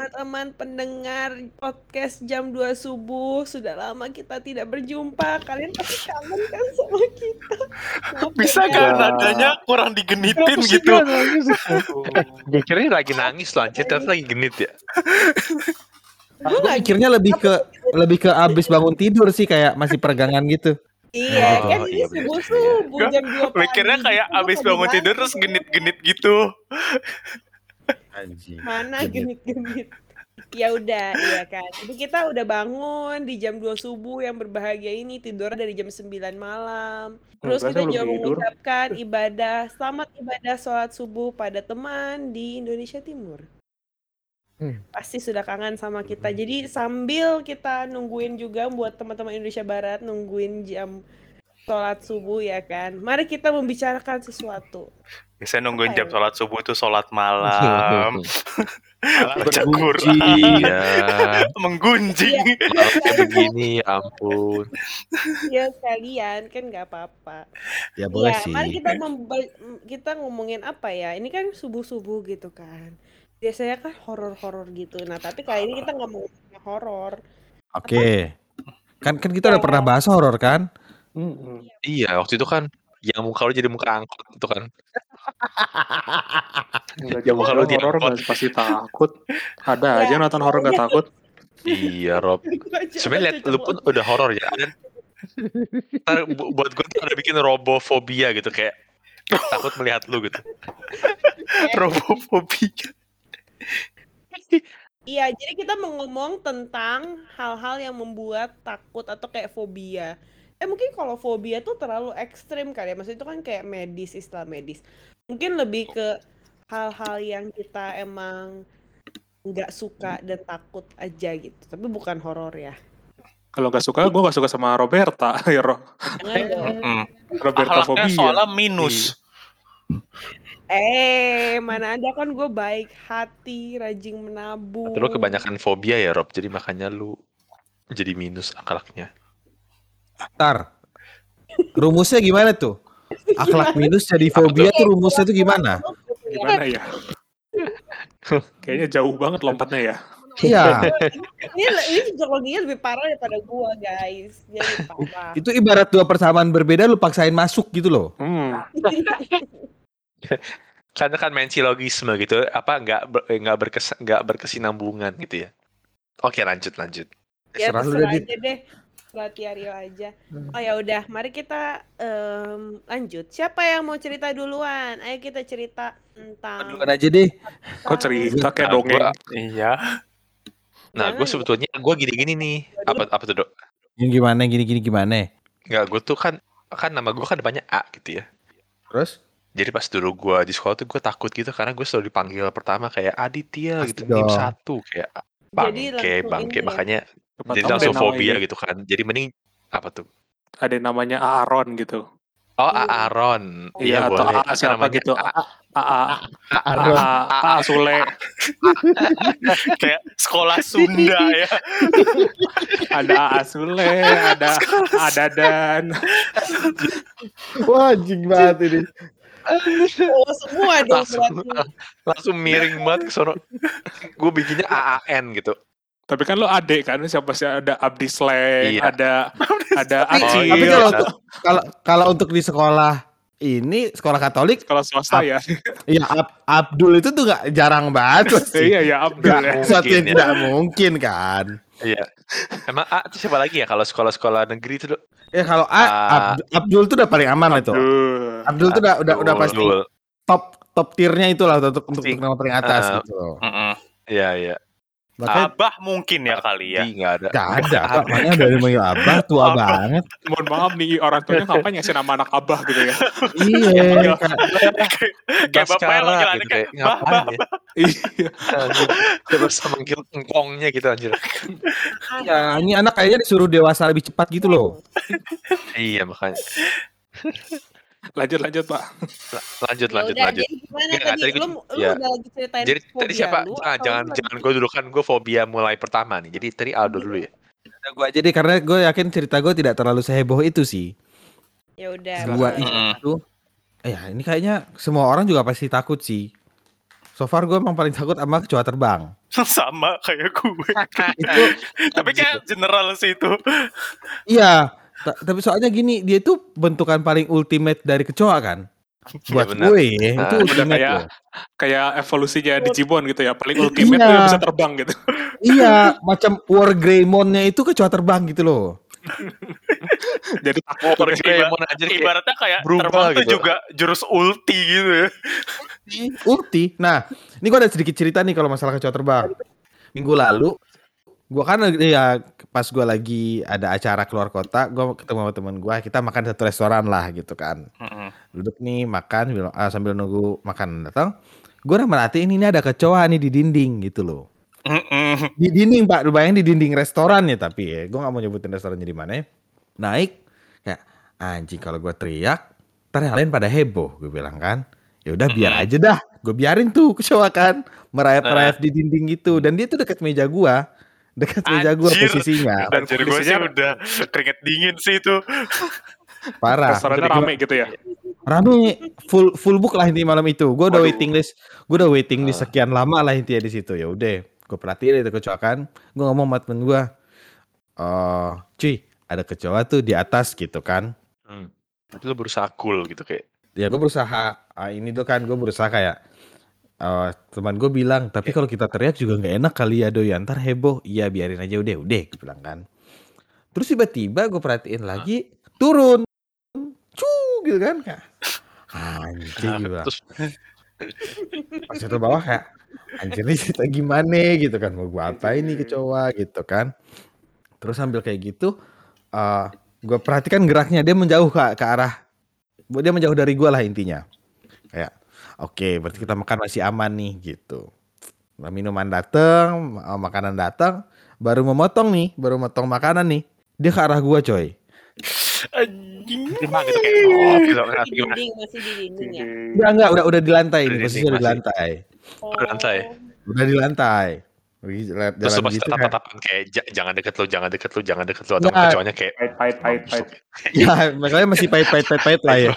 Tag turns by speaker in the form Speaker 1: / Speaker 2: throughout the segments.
Speaker 1: teman-teman pendengar podcast jam 2 subuh. Sudah lama kita tidak berjumpa. Kalian pasti kangen kan sama kita.
Speaker 2: Bisa gak nadanya kurang digenitin gitu?
Speaker 3: Gue kira lagi nangis loh anjir, ternyata lagi genit ya.
Speaker 4: Gue mikirnya lebih ke abis bangun tidur sih, kayak masih peregangan gitu.
Speaker 1: Iya,
Speaker 3: Oh,
Speaker 1: kan ini
Speaker 3: iya, bener.
Speaker 1: subuh-subuh jam 2 pagi.
Speaker 2: Mikirnya kayak
Speaker 1: gitu,
Speaker 2: abis
Speaker 1: tadi
Speaker 2: bangun
Speaker 1: pagi.
Speaker 2: tidur terus genit-genit gitu.
Speaker 4: Anjing.
Speaker 1: Mana genit-genit. Ya udah, iya kan. Jadi kita udah bangun di jam 2 subuh yang berbahagia ini, tidur dari jam 9 malam. Terus
Speaker 5: Enggak,
Speaker 1: kita
Speaker 5: saya belum
Speaker 1: juga
Speaker 5: tidur.
Speaker 1: mengucapkan selamat ibadah sholat subuh pada teman di Indonesia Timur. Pasti sudah kangen sama kita. Jadi sambil kita nungguin juga buat teman-teman Indonesia Barat nungguin jam sholat subuh ya kan. Mari kita membicarakan sesuatu.
Speaker 2: Biasanya nungguin
Speaker 1: Apa
Speaker 2: jam
Speaker 1: ya?
Speaker 2: sholat subuh itu sholat malam. Baca
Speaker 4: Bergunjing.
Speaker 2: Quran.
Speaker 3: Iya.
Speaker 2: Menggunjing.
Speaker 3: Kayak begini, ya ampun.
Speaker 1: Ya sekalian kan nggak apa-apa.
Speaker 4: Ya boleh
Speaker 1: Ya,
Speaker 4: sih.
Speaker 1: mari kita ngomongin apa ya? Ini kan subuh-subuh gitu kan. Biasanya kan horor-horor gitu. Nah, tapi kali ini kita nggak mau ngomongin horor.
Speaker 4: Oke. Kan kita udah pernah bahas horor kan?
Speaker 3: Iya, waktu itu kan yang muka lu jadi muka angkot itu kan.
Speaker 5: Enggak
Speaker 3: Ya,
Speaker 5: juga
Speaker 3: kalau dia
Speaker 5: horor
Speaker 3: angkot.
Speaker 5: nggak pasti takut. Ada aja nonton horor nggak takut.
Speaker 3: Iya, Rob. Sebenarnya lihat lu pun udah horor ya kan. Ntar buat gue tuh ada bikin robofobia gitu, kayak takut melihat lu gitu.
Speaker 2: Robofobia.
Speaker 1: Iya, jadi kita mau ngomong tentang hal-hal yang membuat takut atau kayak fobia. Mungkin kalau fobia tuh terlalu ekstrim kali ya. Maksudnya itu kan kayak medis, istilah medis. Mungkin lebih ke hal-hal yang kita emang nggak suka dan takut aja gitu. Tapi bukan horor ya.
Speaker 5: Kalau nggak suka, gue nggak suka sama Roberta. Ya,
Speaker 1: Jangan dong.
Speaker 5: Roberta
Speaker 2: Akhlaknya
Speaker 5: fobia.
Speaker 2: soalnya minus.
Speaker 1: Mana ada kan gue baik hati, rajin menabung.
Speaker 3: Lu kebanyakan fobia ya, Rob. Jadi makanya lu jadi minus akhlaknya.
Speaker 4: Ntar. Rumusnya gimana tuh? Akhlak minus jadi fobia tuh rumusnya tuh gimana?
Speaker 5: Gimana ya? Kayaknya jauh banget lompatnya ya.
Speaker 4: Iya.
Speaker 1: Ini psikologinya lebih parah daripada gue guys. Dia lebih parah.
Speaker 4: Itu ibarat dua persamaan berbeda lu paksain masuk gitu loh.
Speaker 3: Karena kan main silogisme gitu, apa nggak berkesinambungan gitu ya. Oke, lanjut.
Speaker 1: Ya
Speaker 4: Serah lu
Speaker 1: terserah
Speaker 4: deh, Dit.
Speaker 1: aja deh. Rio aja. Oh ya udah, mari kita lanjut. Siapa yang mau cerita duluan? Ayo kita cerita tentang.
Speaker 4: Duluan aja deh.
Speaker 5: Kok cerita kayak
Speaker 3: Nah,
Speaker 5: dongeng?
Speaker 2: Iya.
Speaker 3: Nah, gue sebetulnya gue gini-gini nih. Apa tuh, Dok?
Speaker 4: Yang gimana?
Speaker 3: Enggak, gue tuh kan nama gue kan depannya A gitu ya.
Speaker 4: Terus?
Speaker 3: Jadi pas dulu gue di sekolah tuh gue takut gitu karena gue selalu dipanggil pertama kayak Aditya
Speaker 4: Pasti
Speaker 3: gitu, NIM
Speaker 4: dong.
Speaker 3: 1 kayak
Speaker 1: Jadi
Speaker 3: bangke
Speaker 1: langsung ini ya.
Speaker 3: makanya
Speaker 5: Siapa
Speaker 3: jadi
Speaker 5: tahu
Speaker 3: langsung
Speaker 5: ada nama
Speaker 3: fobia
Speaker 5: ini.
Speaker 3: gitu kan. Jadi mending apa tuh?
Speaker 5: Ada namanya Aaron gitu.
Speaker 3: Oh, Aaron.
Speaker 5: Iya, atau
Speaker 3: boleh.
Speaker 5: A siapa
Speaker 3: Namanya
Speaker 5: gitu.
Speaker 4: Aaron.
Speaker 5: A Sule.
Speaker 2: Kayak sekolah Sunda ya.
Speaker 5: Ada A Sule, ada Dan.
Speaker 4: Wah, anjing banget ini.
Speaker 1: Oh, semua dong
Speaker 3: langsung miring banget ke sono. Gue bikinnya AAN gitu.
Speaker 5: Tapi kan lo adek kan, siapa sih, ada Abdi Sleng,
Speaker 3: Iya.
Speaker 5: ada
Speaker 4: Tapi
Speaker 5: Acil,
Speaker 4: kalau untuk di sekolah ini sekolah Katolik,
Speaker 5: kalau swasta ya.
Speaker 4: ya Abdul itu tuh nggak jarang banget sih.
Speaker 5: Iya ya Abdul ya.
Speaker 4: Sesuatu yang
Speaker 3: Mungkin ya.
Speaker 4: tidak mungkin kan.
Speaker 3: Iya. Emang A itu siapa lagi ya kalau sekolah-sekolah negeri itu, Dok?
Speaker 4: Ya kalau Abdul tuh udah paling aman lah itu. Abdul tuh udah pasti
Speaker 3: Abdul.
Speaker 4: top tiernya itulah untuk nama paling atas gitu.
Speaker 3: Iya.
Speaker 4: Makanya
Speaker 2: Abah mungkin ya kali ya.
Speaker 3: Nggak ada.
Speaker 4: nggak ada. Makanya dari manggil Abah tua
Speaker 5: Abah.
Speaker 4: banget.
Speaker 5: Mohon maaf nih, orang tuanya ngapain ngasih nama anak Abah gitu ya.
Speaker 4: Iya.
Speaker 2: Kayak bapak yang manggil
Speaker 3: gitu,
Speaker 2: anaknya,
Speaker 3: kayak
Speaker 2: bah,
Speaker 3: ngapain ya?
Speaker 5: Iya.
Speaker 3: Anjir. Terus manggil engkongnya gitu anjir.
Speaker 4: Ya, ini anak kayaknya disuruh dewasa lebih cepat gitu loh.
Speaker 3: Iya makanya.
Speaker 5: Lanjut Pak.
Speaker 3: Lanjut.
Speaker 1: Jadi gimana
Speaker 3: Nggak,
Speaker 1: tadi?
Speaker 3: tadi
Speaker 1: Lu
Speaker 3: ya.
Speaker 1: udah lagi ceritain
Speaker 3: Jadi
Speaker 1: fobia
Speaker 3: tadi siapa?
Speaker 1: lu,
Speaker 3: Jangan
Speaker 1: atau lu
Speaker 3: jangan gue dulu kan, gue fobia mulai pertama nih. Jadi tadi Aldo dulu ya.
Speaker 4: Gue aja deh karena gue yakin cerita gue tidak terlalu seheboh itu sih.
Speaker 1: Ya udah.
Speaker 4: Gua
Speaker 1: boleh.
Speaker 4: itu. Ya ini kayaknya semua orang juga pasti takut sih. So far gue emang paling takut sama kecoa terbang.
Speaker 2: Sama kayak gue.
Speaker 4: Itu
Speaker 2: Tapi kayak general sih itu.
Speaker 4: iya, tapi soalnya gini, dia itu bentukan paling ultimate dari kecoa kan. Buat
Speaker 2: benar.
Speaker 4: gue ya, itu
Speaker 5: Udah
Speaker 4: ultimate
Speaker 5: kayak
Speaker 4: loh.
Speaker 5: kayak evolusinya Digimon gitu ya. Paling ultimate
Speaker 4: Iya.
Speaker 5: tuh yang bisa terbang gitu.
Speaker 4: Iya, macam War Greymon-nya itu kecoa terbang gitu loh.
Speaker 5: Jadi takut.
Speaker 3: War Greymon aja kayak
Speaker 2: Ibaratnya kayak
Speaker 3: berubah
Speaker 2: terbang tuh
Speaker 3: gitu.
Speaker 2: juga jurus ulti gitu ya.
Speaker 4: Ulti. Nah, ini gue ada sedikit cerita nih kalau masalah kecoa terbang. Minggu lalu, gue kan ya pas gue lagi ada acara keluar kota, gue ketemu sama temen gue, kita makan satu restoran lah gitu kan. Duduk nih makan sambil nunggu makanan datang. Gue udah merhatiin ini ada kecoa nih di dinding gitu loh. Di dinding Pak, lu bayangin di dinding restoran ya, tapi ya gue gak mau nyebutin restorannya di mana. Naik kayak anjing, kalau gue teriak ntar yang lain pada heboh, gue bilang kan. Ya udah biar aja dah, gue biarin tuh kecoa kan merayap-rayap di dinding gitu, dan dia tuh dekat meja gue
Speaker 2: Anjir.
Speaker 4: posisinya.
Speaker 5: Dan
Speaker 2: Anjir, gue sih
Speaker 5: kondisinya
Speaker 2: udah keringet dingin sih itu.
Speaker 4: Parah.
Speaker 5: restorannya
Speaker 4: Gua-
Speaker 5: rame gitu ya.
Speaker 4: Rame, full book lah intinya malam itu. Gue udah waiting list sekian lama lah intinya di situ. Ya udah, gue perhatiin itu kecoa kan. Gue ngomong sama temen gue, cuy, ada kecoa tuh di atas gitu kan.
Speaker 3: Tapi lu berusaha cool gitu kayak.
Speaker 4: Ya gue berusaha, gue berusaha kayak teman gue bilang, tapi kalau kita teriak juga nggak enak kali ya doi, ntar heboh. Iya biarin aja, udah gue bilang kan. Terus tiba-tiba gue perhatiin lagi turun, gitu kan, kayak anjing gitu.
Speaker 3: Terus
Speaker 4: Pas itu bawah kayak anjir nih cerita gimana gitu kan, mau gue apain nih kecoa gitu kan. Terus sambil kayak gitu, gue perhatikan geraknya, dia menjauh ke arah, dia menjauh dari gue lah intinya. Kayak oke, berarti kita makan masih aman nih gitu. Minuman dateng, makanan datang, baru motong makanan nih, dia ke arah gue coy.
Speaker 2: Anjing.
Speaker 3: gimana gitu kayak gitu.
Speaker 1: Di dinding, masih di dinding ya.
Speaker 4: Enggak, udah di lantai
Speaker 3: Udah
Speaker 4: ini,
Speaker 3: di
Speaker 4: posisinya udah di
Speaker 3: dinding
Speaker 4: lantai.
Speaker 3: lantai.
Speaker 4: Udah di lantai.
Speaker 3: Terus
Speaker 4: Jalan
Speaker 3: pas
Speaker 4: gitu kan.
Speaker 3: tatap-tatapan kayak jangan deket lu atau
Speaker 4: Ya.
Speaker 3: kecoanya kayak
Speaker 5: Pahit.
Speaker 4: Ya, makanya masih pahit lah ya.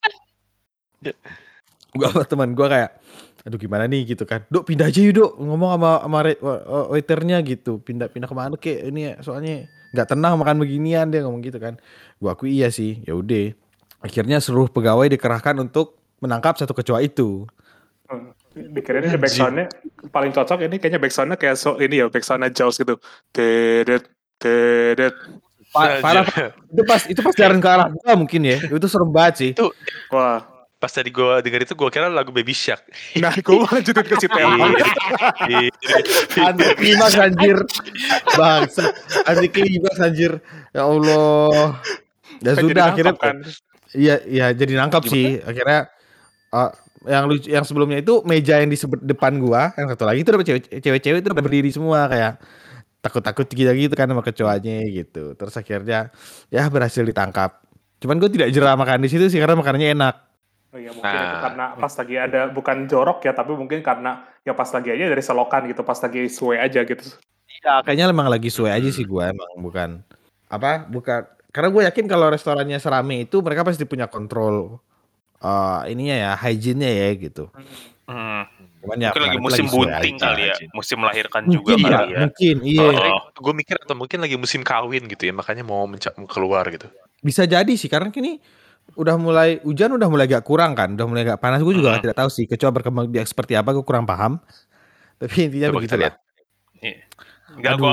Speaker 4: Gua sama teman gua kayak, aduh gimana nih gitu kan. Dok pindah aja yuk dok, ngomong sama waiternya gitu. Pindah kemana kek ini ya, soalnya nggak tenang makan beginian, dia ngomong gitu kan. Gua akui iya sih, ya udah. Akhirnya seluruh pegawai dikerahkan untuk menangkap satu kecoa itu.
Speaker 5: Dikirain ini backsoundnya paling cocok, ini kayaknya backsoundnya kayak ini ya, backsoundnya Jaws gitu. Dedet.
Speaker 4: Parah. Itu pas jalan ke arah gua mungkin ya. Itu serem banget sih.
Speaker 3: itu
Speaker 5: Wah.
Speaker 3: pas tadi gue denger itu gue kira lagu Baby Shark.
Speaker 5: Nah, gue lanjutin ke si Tempo.
Speaker 4: Anti klimaks anjir. Bangsa. Anti klimaks anjir. Ya Allah. Ya
Speaker 5: Kan
Speaker 4: sudah
Speaker 5: jadi
Speaker 4: akhirnya
Speaker 5: nangkap, kan?
Speaker 4: Iya jadi nangkap sih. Akhirnya yang sebelumnya itu meja yang di depan gua, yang satu lagi itu ada cewek-cewek itu udah berdiri semua kayak takut-takut gitu kan sama kecoanya gitu. Terus akhirnya ya berhasil ditangkap. Cuman gue tidak jerah makan di situ sih karena makanannya enak.
Speaker 5: Oh iya, mungkin itu karena pas lagi ada, bukan jorok ya, tapi mungkin karena ya pas lagi aja dari selokan gitu, pas lagi suwe aja gitu.
Speaker 4: Ya kayaknya emang lagi suwe aja sih gua, emang bukan karena gue yakin kalau restorannya serame itu mereka pasti punya kontrol ininya ya, hygiene-nya ya gitu. Cuman ya
Speaker 2: Mungkin lagi musim bunting kali ya, musim melahirkan juga
Speaker 4: mungkin
Speaker 2: kali ya.
Speaker 4: Mungkin iya.
Speaker 3: Gue mikir atau mungkin lagi musim kawin gitu ya, makanya mau keluar gitu.
Speaker 4: Bisa jadi sih karena kini udah mulai hujan, udah mulai agak kurang kan, udah mulai agak panas. Gue juga tidak tahu sih kecoa berkembang biak seperti apa, gue kurang paham. Tapi intinya
Speaker 3: Coba
Speaker 4: begitu
Speaker 3: kita
Speaker 4: lah.
Speaker 2: Enggak, gue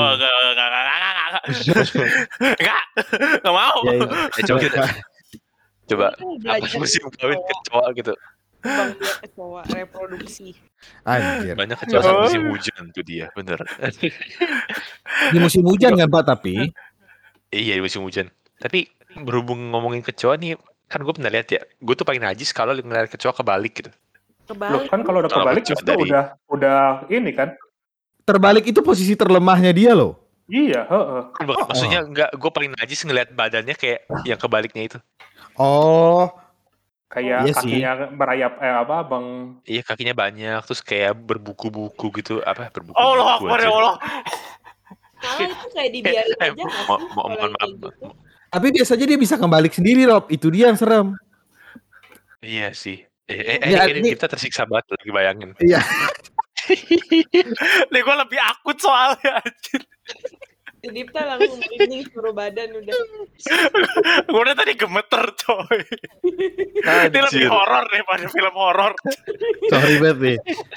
Speaker 2: enggak mau.
Speaker 4: Ya.
Speaker 3: Coba apa musim kawin kecoa gitu.
Speaker 1: Bang dia kecoa reproduksi.
Speaker 4: Anjir.
Speaker 3: Banyak kecoa saat musim hujan tuh dia, bener.
Speaker 4: Di musim hujan kan Pak, tapi
Speaker 3: Iya di musim hujan. Tapi berhubung ngomongin kecoa nih, kan gue pernah lihat ya, gue tuh paling najis kalau ngeliat kecoa kebalik gitu.
Speaker 5: Loh,
Speaker 1: Kebalik.
Speaker 5: kan kalau udah kebalik
Speaker 3: Kecoa
Speaker 5: justru udah ini kan.
Speaker 4: terbalik itu posisi terlemahnya dia loh.
Speaker 5: Iya, heeh.
Speaker 3: Maksudnya enggak, gue paling najis ngeliat badannya kayak yang kebaliknya itu.
Speaker 4: Oh,
Speaker 5: Kayak
Speaker 4: iya sih.
Speaker 5: kakinya merayap Bang.
Speaker 3: Iya kakinya banyak, terus kayak berbuku-buku gitu, berbuku-buku
Speaker 2: Allah Akbar ya Allah.
Speaker 1: Malah itu kayak dibiarin aja nggak sih kalau yang kayak gitu.
Speaker 4: Tapi biasanya dia bisa kembali sendiri Rob. Itu dia yang serem.
Speaker 3: Iya sih.
Speaker 4: Ya,
Speaker 3: Ini kita tersiksa banget lagi bayangin.
Speaker 4: Iya.
Speaker 2: Nih gue lebih akut soalnya anjir.
Speaker 1: Dipta langsung merinding seluruh badan udah.
Speaker 2: Gue udah tadi gemeter coy. Ini lebih horor daripada film horor.
Speaker 4: Sorry banget nih.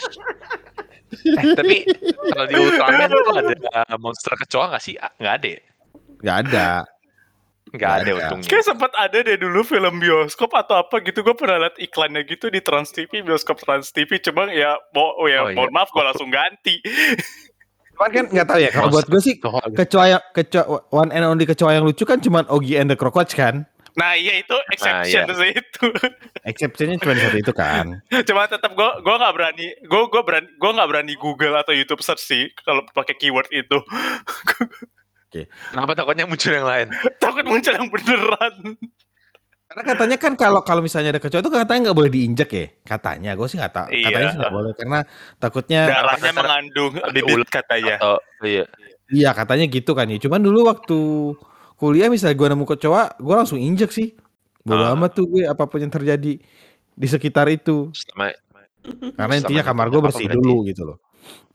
Speaker 3: Tapi kalau di Ultraman itu ada monster kecoa nggak sih? Nggak ada.
Speaker 4: Nggak ada.
Speaker 3: Nggak ada untungnya.
Speaker 2: Kayak sempat ada deh dulu film bioskop atau apa gitu. Gue pernah liat iklannya gitu di Trans TV, bioskop Trans TV. Cuma ya, mohon maaf gue langsung ganti.
Speaker 4: Cuman kan nggak tahu ya. Kalau buat gue sih kecoa one and only kecoa yang lucu kan cuma Oggy and the Cockroach kan.
Speaker 2: Nah iya itu exception sih itu.
Speaker 4: Exceptionnya cuma satu itu kan.
Speaker 2: Cuma tetap gue nggak berani, gue nggak berani Google atau YouTube search sih kalau pakai keyword itu.
Speaker 4: Oke.
Speaker 3: Kenapa takutnya muncul yang lain?
Speaker 2: Takut muncul yang beneran.
Speaker 4: Karena katanya kan kalau misalnya ada kecoa itu katanya nggak boleh diinjek ya. Katanya, gue sih nggak tahu.
Speaker 2: Iya.
Speaker 4: Katanya sih nggak boleh karena takutnya
Speaker 2: Darahnya mengandung bibit katanya.
Speaker 3: Atau, iya.
Speaker 4: Iya katanya gitu kan ya. Cuman dulu waktu kuliah misalnya gue nemu kecoa, gue langsung injek sih. Bodo amat tuh gue apapun yang terjadi di sekitar itu. Karena intinya kamar gue bersih dulu gitu loh.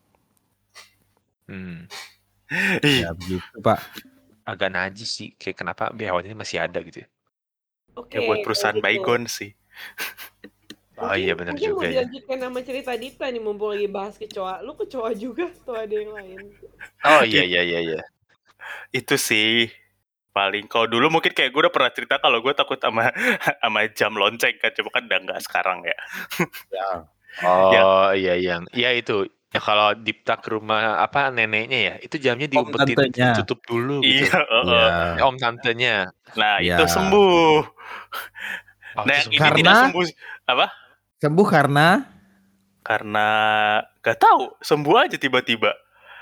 Speaker 4: Ya begitu Pak.
Speaker 3: Agak najis sih. Kayak kenapa hewannya masih ada gitu ya.
Speaker 1: Oke.
Speaker 2: Ya buat perusahaan
Speaker 1: gitu.
Speaker 2: Baygon sih.
Speaker 3: Oh iya benar juga
Speaker 1: mungkin
Speaker 3: ya.
Speaker 1: mau dilanjutkan nama cerita Dipta nih mumpung lagi bahas kecoa. Lu kecoa juga atau ada yang lain?
Speaker 3: Oh iya.
Speaker 2: Itu sih paling. Kalau dulu mungkin kayak gue udah pernah cerita kalau gue takut sama jam lonceng kan, cuma kan udah nggak sekarang ya.
Speaker 3: Oh iya itu. Ya kalau Dipta ke rumah apa neneknya ya, itu jamnya diumpetin ditutup dulu gitu.
Speaker 2: Iya.
Speaker 3: Om tantenya.
Speaker 2: Nah itu sembuh. Nah yang ini tidak sembuh apa?
Speaker 4: Sembuh karena
Speaker 2: gak tahu, sembuh aja tiba-tiba.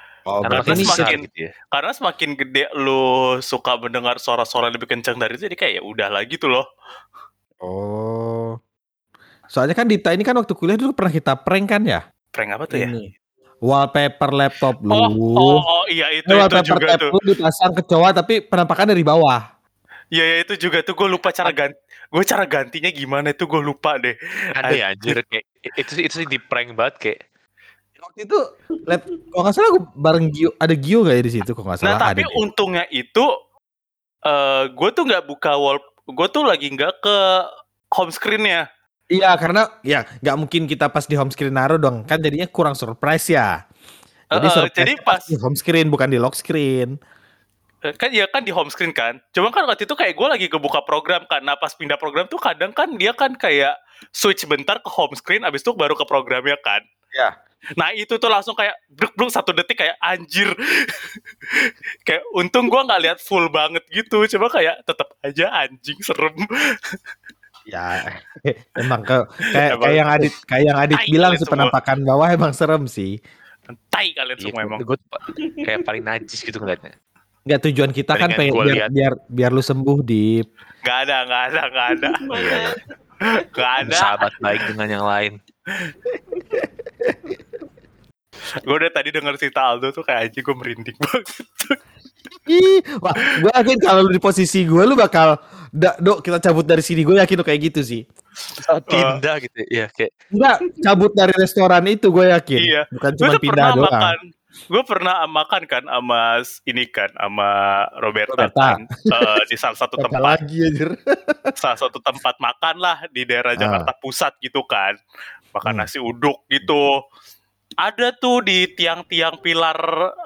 Speaker 2: Karena semakin gede lu suka mendengar suara-suara lebih kencang dari itu, jadi kayak ya udah lah gitu loh.
Speaker 4: Oh. Soalnya kan Dipta ini kan waktu kuliah dulu pernah kita prank kan ya?
Speaker 2: Prank apa tuh ya?
Speaker 4: Wallpaper laptop lu.
Speaker 2: Oh iya itu
Speaker 4: wallpaper
Speaker 2: juga tuh.
Speaker 4: Lu dipasang kecoa tapi penampakan dari bawah.
Speaker 2: Iya itu juga tuh gue lupa cara gantinya gimana itu gue lupa deh.
Speaker 3: Ada ya anjir kayak itu sih di prank banget kayak.
Speaker 4: Waktu itu kalau nggak salah gue bareng Gio, ada Gio nggak ya di situ kalau nggak salah.
Speaker 2: Nah tapi untungnya itu gue tuh nggak buka gue tuh lagi nggak ke home screen-nya.
Speaker 4: Iya karena ya nggak mungkin kita pas di home screen naruh dong kan jadinya kurang surprise ya. Jadi pas di home screen bukan di lock screen.
Speaker 2: Kan di home screen kan. Cuma kan waktu itu kayak gue lagi kebuka program kan. Nah pas pindah program tuh kadang kan dia kan kayak switch bentar ke home screen abis itu baru ke programnya kan.
Speaker 4: Iya.
Speaker 2: Nah itu tuh langsung kayak bluk 1 detik kayak anjir. Kayak untung gue nggak lihat full banget gitu. Cuma kayak tetap aja anjing serem.
Speaker 4: Ya emang kayak yang Adit bilang sih penampakan bawah emang serem sih.
Speaker 2: Tai kalian semua emang.
Speaker 3: Gue kayak paling najis gitu ngeliatnya.
Speaker 4: Enggak, tujuan kita kan pengen biar lu sembuh Dip.
Speaker 2: Gak ada. Gak ada.
Speaker 3: Sahabat baik dengan yang lain.
Speaker 2: Gue udah tadi denger cerita Aldo tuh kayak aja gue merinding banget.
Speaker 4: Wah, gue yakin kalau lu di posisi gue lu bakal Dok kita cabut dari sini, gue yakin lu kayak gitu sih.
Speaker 3: Pindah gitu ya kayak.
Speaker 4: Enggak, cabut dari restoran itu gue yakin.
Speaker 2: Iya.
Speaker 4: Bukan cuma pindah doang.
Speaker 2: Gue pernah makan kan sama Roberta kan, di salah satu tempat
Speaker 4: lagi anjir.
Speaker 2: Salah satu tempat makan lah di daerah Jakarta Pusat gitu kan. Makan nasi uduk gitu. Ada tuh di tiang-tiang pilar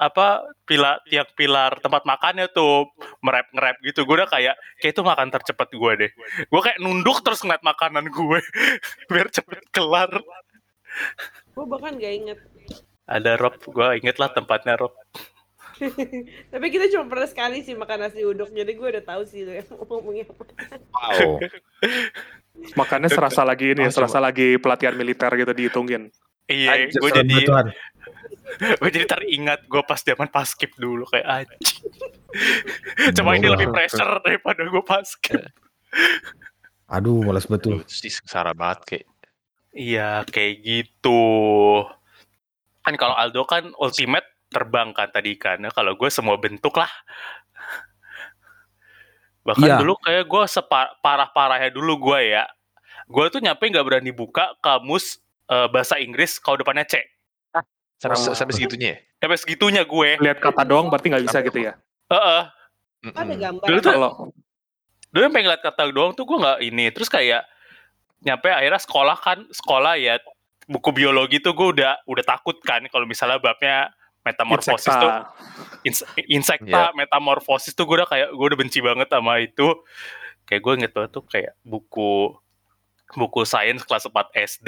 Speaker 2: tempat makannya tuh ngerep gitu. Gue udah kayak itu makan tercepat gue deh. Gue kayak nunduk terus ngeliat makanan gue biar cepet kelar.
Speaker 1: Gue bahkan gak inget.
Speaker 2: Ada Rob, gue inget lah tempatnya Rob.
Speaker 1: Tapi kita cuma pernah sekali sih makan nasi uduk, jadi gue udah tahu sih ngomongnya.
Speaker 4: Wow.
Speaker 5: Makannya serasa lagi lagi pelatihan militer gitu dihitungin.
Speaker 2: Iya, gue jadi teringat gue pas zaman paskib dulu kayak anjing. Cuma ini lebih pressure daripada gue paskib.
Speaker 4: Aduh, malas betul.
Speaker 3: Itu sengsara banget kayak.
Speaker 2: Iya, kayak gitu. Kan kalau Aldo kan ultimate terbang kan tadi kan. Nah, kalau gue semua bentuk lah. Bahkan dulu kayak gue parah-parahnya dulu gue ya. Gue tuh nyampe nggak berani buka kamus bahasa Inggris kalau depannya C.
Speaker 3: Sampai segitunya ya?
Speaker 2: Sampai segitunya gue.
Speaker 5: Lihat kata doang berarti nggak bisa gitu ya?
Speaker 1: Ada gambar.
Speaker 2: Dulu tuh,
Speaker 5: Kalau
Speaker 2: dulu pengen ngeliat kata doang tuh gue nggak ini. Terus kayak nyampe akhirnya sekolah ya buku biologi tuh gue udah takut kan kalau misalnya babnya metamorfosis
Speaker 5: insekta.
Speaker 2: tuh insekta metamorfosis tuh gue udah benci banget sama itu. Kayak gue inget banget tuh kayak buku sains kelas 4 SD.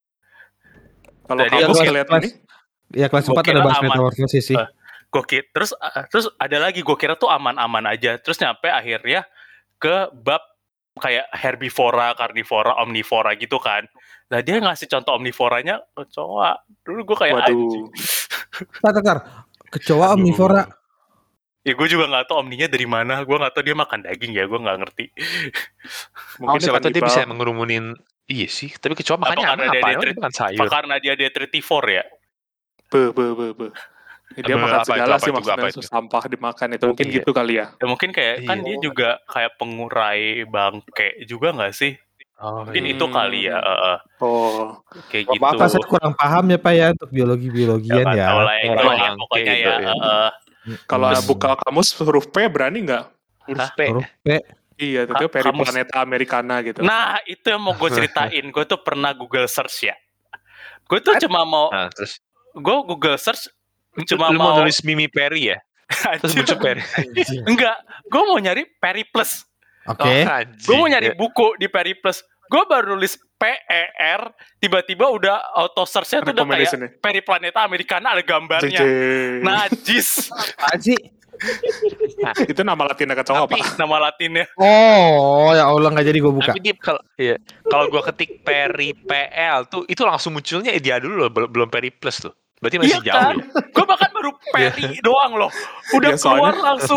Speaker 5: Kalau
Speaker 2: Jadi
Speaker 5: kamu
Speaker 4: kelas-
Speaker 5: ngeliat
Speaker 4: kelas-
Speaker 5: ini,
Speaker 4: Ya kelas
Speaker 2: Gua
Speaker 4: 4 ada
Speaker 2: kira
Speaker 4: bahas
Speaker 2: aman.
Speaker 4: metamorfosis sih.
Speaker 2: Gue kira terus ada lagi gue kira tuh aman-aman aja. Terus nyampe akhirnya ke bab kayak herbivora, karnivora, omnivora gitu kan. Nah dia ngasih contoh omnivoranya kecoa. Dulu gue kayak anjing.
Speaker 5: waduh,
Speaker 4: Tar. Kecoa
Speaker 2: Aduh.
Speaker 4: omnivora.
Speaker 2: Ya gue juga nggak tahu omninya dari mana. Gue nggak tahu dia makan daging ya. Gue nggak ngerti.
Speaker 5: mungkin
Speaker 3: Siapa tahu dia
Speaker 5: kanibal.
Speaker 3: bisa mengerumunin. Iya sih, tapi kecoa makannya
Speaker 2: karena
Speaker 3: apa?
Speaker 2: dia
Speaker 3: Emang dia makan sayur.
Speaker 2: karena dia detritivore ya.
Speaker 5: Be. Dia makan
Speaker 3: Apa
Speaker 5: segala
Speaker 3: itu,
Speaker 5: sih
Speaker 3: apa
Speaker 5: maksudnya,
Speaker 3: itu?
Speaker 5: sampah dimakan itu mungkin
Speaker 3: Iya.
Speaker 5: gitu kali ya.
Speaker 2: Ya mungkin kayak kan
Speaker 3: Iya.
Speaker 2: dia juga kayak pengurai bangke juga nggak sih?
Speaker 3: Oh,
Speaker 2: Mungkin
Speaker 3: iya.
Speaker 2: itu kali ya.
Speaker 5: Oh,
Speaker 2: Kayak gitu.
Speaker 4: Maaf, saya kurang paham ya Pak ya untuk biologian
Speaker 2: nggak tahu
Speaker 4: ya.
Speaker 2: lah ya,
Speaker 3: Pengurai
Speaker 2: pokoknya,
Speaker 3: bangke
Speaker 2: pokoknya
Speaker 3: gitu,
Speaker 2: ya.
Speaker 3: ya.
Speaker 5: kalau
Speaker 2: Terus-
Speaker 5: buka kamus huruf P berani nggak?
Speaker 3: Huruf P.
Speaker 4: Huruf P.
Speaker 5: Iya, itu
Speaker 2: Kamus.
Speaker 5: Periplaneta Americana gitu.
Speaker 2: Nah itu yang mau gue ceritain. Gue tuh pernah Google search ya. Gue tuh cuma mau
Speaker 3: Nah, terus
Speaker 2: gue Google search cuma
Speaker 3: lu mau nulis Mimi Perry ya? Terus
Speaker 2: Anjir.
Speaker 3: muncul Perry.
Speaker 2: Enggak, gue mau nyari Periplus.
Speaker 4: Oke.
Speaker 2: Gue mau nyari buku di Periplus. Gue baru nulis PER, tiba-tiba udah auto search-nya tuh udah
Speaker 5: Recommendation
Speaker 2: kayak Periplaneta Americana ada gambarnya. Najis.
Speaker 4: Apaan sih?
Speaker 5: Itu nama Latinnya kecoa
Speaker 3: Tapi-
Speaker 5: Pak.
Speaker 2: Nama latinnya.
Speaker 4: Oh, ya Allah nggak jadi gue buka.
Speaker 3: Tapi dia kalau gua ketik Perry PL tuh itu langsung munculnya dia dulu loh, belum Perry Plus tuh. Berarti masih
Speaker 2: Iya
Speaker 3: jauh
Speaker 2: kan?
Speaker 3: ya.
Speaker 2: Gue bahkan baru Peri doang loh. Udah
Speaker 5: Ya, soalnya-
Speaker 2: keluar langsung.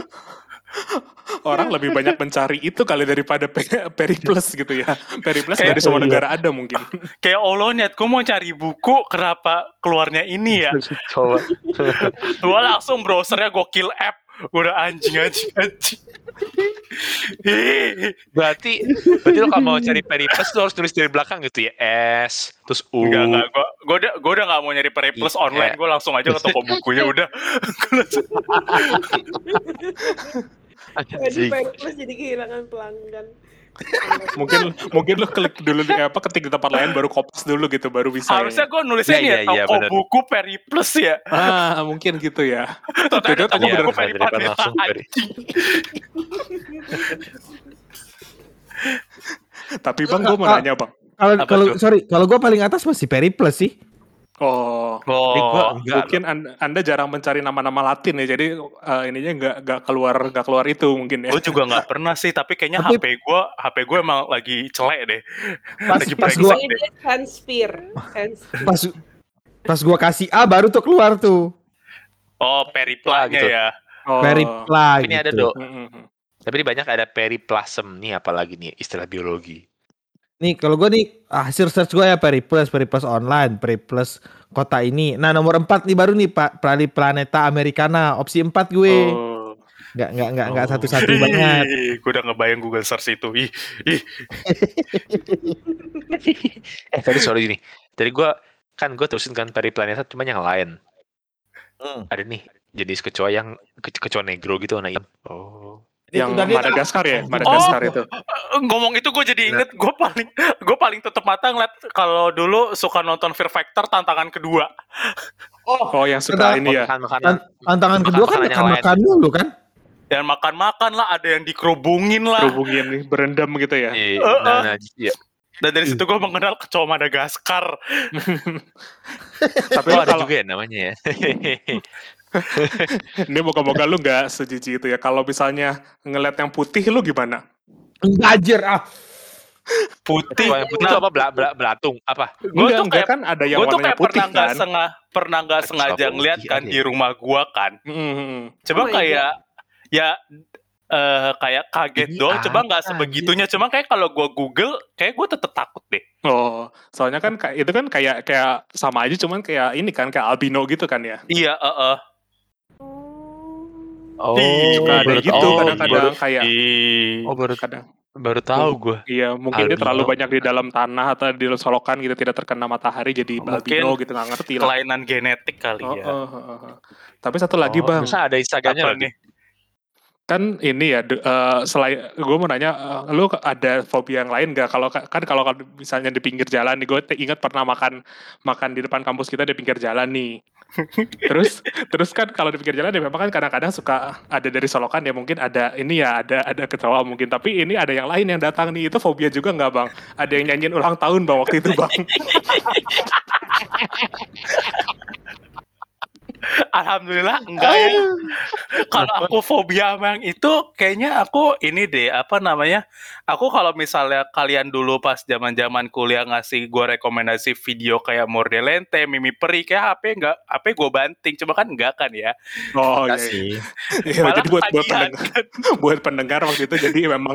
Speaker 5: Orang lebih banyak mencari itu kali daripada Periplus gitu ya. Periplus
Speaker 2: Kayak-
Speaker 5: dari semua negara ada mungkin.
Speaker 2: Kayak Allah niat gue mau cari buku, kenapa keluarnya ini ya?
Speaker 3: Coba.
Speaker 2: Gue langsung browsernya gue kill app. Gue udah anjing.
Speaker 3: Berarti lo kalau mau cari Perry Plus lo harus tulis dari belakang gitu ya. S terus U.
Speaker 2: Enggak. Gue udah gak mau nyari Periplus online. Gue langsung aja ke toko bukunya udah.
Speaker 1: Jadi
Speaker 3: Anjing.
Speaker 1: Periplus jadi kehilangan pelanggan.
Speaker 5: mungkin lo klik dulu ketik di tempat lain baru kopas dulu gitu baru bisa.
Speaker 2: Harusnya gue nulisnya
Speaker 3: Iya,
Speaker 2: nih ya,
Speaker 3: iya,
Speaker 2: toko
Speaker 3: bener.
Speaker 2: buku Periplus ya.
Speaker 5: Mungkin gitu ya.
Speaker 2: Ternyata
Speaker 5: Itu
Speaker 2: toko
Speaker 5: tadi
Speaker 2: buku
Speaker 3: bener,
Speaker 2: Periplaneta
Speaker 3: daripada langsung Perry.
Speaker 2: anjing.
Speaker 5: Tapi Bang, gue mau nanya Bang.
Speaker 2: Apa tuh?
Speaker 4: Kalau gue paling atas masih Periplus sih.
Speaker 5: Oh,
Speaker 3: Ini gua
Speaker 2: Oh,
Speaker 3: enggak.
Speaker 5: mungkin anda jarang mencari nama-nama Latin ya, jadi ininya nggak keluar itu mungkin ya.
Speaker 2: gue juga nggak pernah sih, tapi kayaknya
Speaker 4: Tapi-
Speaker 2: HP gue emang lagi celek deh.
Speaker 4: Pas
Speaker 2: Lagi
Speaker 4: pas
Speaker 2: brengsek
Speaker 4: gua
Speaker 2: deh.
Speaker 1: Ini dia Sanspir.
Speaker 4: pas gua kasih A baru tuh keluar tuh.
Speaker 2: Oh, periplanya
Speaker 3: Gitu.
Speaker 2: ya.
Speaker 5: Oh.
Speaker 4: Peripla
Speaker 3: Ini ada
Speaker 4: gitu.
Speaker 3: do.
Speaker 5: Mm-mm.
Speaker 3: Tapi ini banyak ada periplasm nih apalagi nih istilah biologi.
Speaker 4: Nih kalau gue nih hasil search gue ya Periplus online, Periplus kota ini. Nah nomor 4 nih baru nih Pak Periplaneta Americana, opsi 4 gue.
Speaker 5: Oh.
Speaker 4: Nggak satu-satu banget.
Speaker 2: Gue udah ngebayang Google search itu. Ih.
Speaker 3: Tadi sorry nih. Tadi gue terusin kan periplaneta cuman yang lain. Ada nih jenis kecoa yang kecoa negro gitu warna hitam. Oh.
Speaker 5: Yang
Speaker 4: Itu tadi-
Speaker 5: Madagaskar ya, Madagaskar itu.
Speaker 2: Ngomong itu gue jadi inget, gue paling tutup mata ngeliat kalau dulu suka nonton Fear Factor tantangan kedua.
Speaker 5: Oh, yang suka ini ya.
Speaker 3: Makanan.
Speaker 4: Tantangan kedua kan
Speaker 3: Makanan yang
Speaker 4: makan dulu kan.
Speaker 2: Dan makan-makan lah, ada yang dikerubungin lah.
Speaker 5: Hubungin nih, berendam gitu ya.
Speaker 3: Nah, iya.
Speaker 2: Dan dari situ gue mengenal kecoa Madagaskar.
Speaker 5: Tapi
Speaker 3: Oh, ada
Speaker 5: kalau
Speaker 3: juga ya namanya ya.
Speaker 5: ini moga-moga lu nggak sejijik itu ya. Kalau misalnya ngeliat yang putih lu gimana?
Speaker 4: Anjir ah.
Speaker 2: Putih.
Speaker 3: Kecoa yang putih itu apa? Belatung apa?
Speaker 2: Gue tuh
Speaker 5: Enggak
Speaker 2: kayak
Speaker 5: kan ada yang
Speaker 2: gue tuh
Speaker 5: warnanya
Speaker 2: kayak
Speaker 5: putih
Speaker 2: pernah nggak
Speaker 3: Kecoa
Speaker 2: sengaja
Speaker 3: putih
Speaker 2: ngeliat kan
Speaker 3: ada
Speaker 2: di
Speaker 3: ya?
Speaker 2: rumah gue kan. Coba
Speaker 1: Oh my
Speaker 2: kayak ya kayak kaget
Speaker 3: Ini
Speaker 2: doang. Coba nggak
Speaker 3: apa,
Speaker 2: sebegitunya. Cuma kayak kalau gue Google, kayak gue tetep takut deh.
Speaker 5: Oh, soalnya kan itu kan kayak sama aja, cuman kayak ini kan kayak albino gitu kan ya.
Speaker 2: Iya,
Speaker 3: Oh,
Speaker 2: Ih,
Speaker 5: Suka ada
Speaker 3: baru
Speaker 5: gitu
Speaker 3: tahu.
Speaker 5: kadang-kadang kayak
Speaker 3: Oh, baru
Speaker 5: kadang
Speaker 3: Baru tahu gue.
Speaker 5: Iya, mungkin dia terlalu
Speaker 3: Albino.
Speaker 5: banyak di dalam tanah atau di solokan gitu, tidak terkena matahari jadi albino gitu, nggak ngerti lah.
Speaker 2: Kelainan genetik kali ya.
Speaker 5: Tapi satu lagi Bang,
Speaker 3: Bisa ada Instagramnya
Speaker 2: Apa
Speaker 3: loh.
Speaker 2: nih?
Speaker 5: kan ini ya selain gue mau nanya, lu ada fobia yang lain gak? Kalau misalnya di pinggir jalan nih, gue ingat pernah makan di depan kampus kita di pinggir jalan nih. terus kan kalau di pinggir jalan ya memang kan kadang-kadang suka ada dari solokan ya, mungkin ada ini ya, ada kecoa mungkin, tapi ini ada yang lain yang datang nih, itu fobia juga nggak Bang? Ada yang nyanyiin ulang tahun Bang waktu itu Bang.
Speaker 2: Alhamdulillah enggak ya. Kalau aku fobia sama yang itu kayaknya aku ini deh, apa namanya? Aku kalau misalnya kalian dulu pas zaman-zaman kuliah ngasih gue rekomendasi video kayak Mordelente, Mimi Peri, kayak HP gue banting, coba kan enggak kan ya.
Speaker 5: Oh
Speaker 4: Enggak
Speaker 5: iya.
Speaker 4: sih.
Speaker 5: Ya,
Speaker 2: Malah
Speaker 5: jadi buat
Speaker 2: ketagihan
Speaker 5: pendengar, buat pendengar waktu itu jadi memang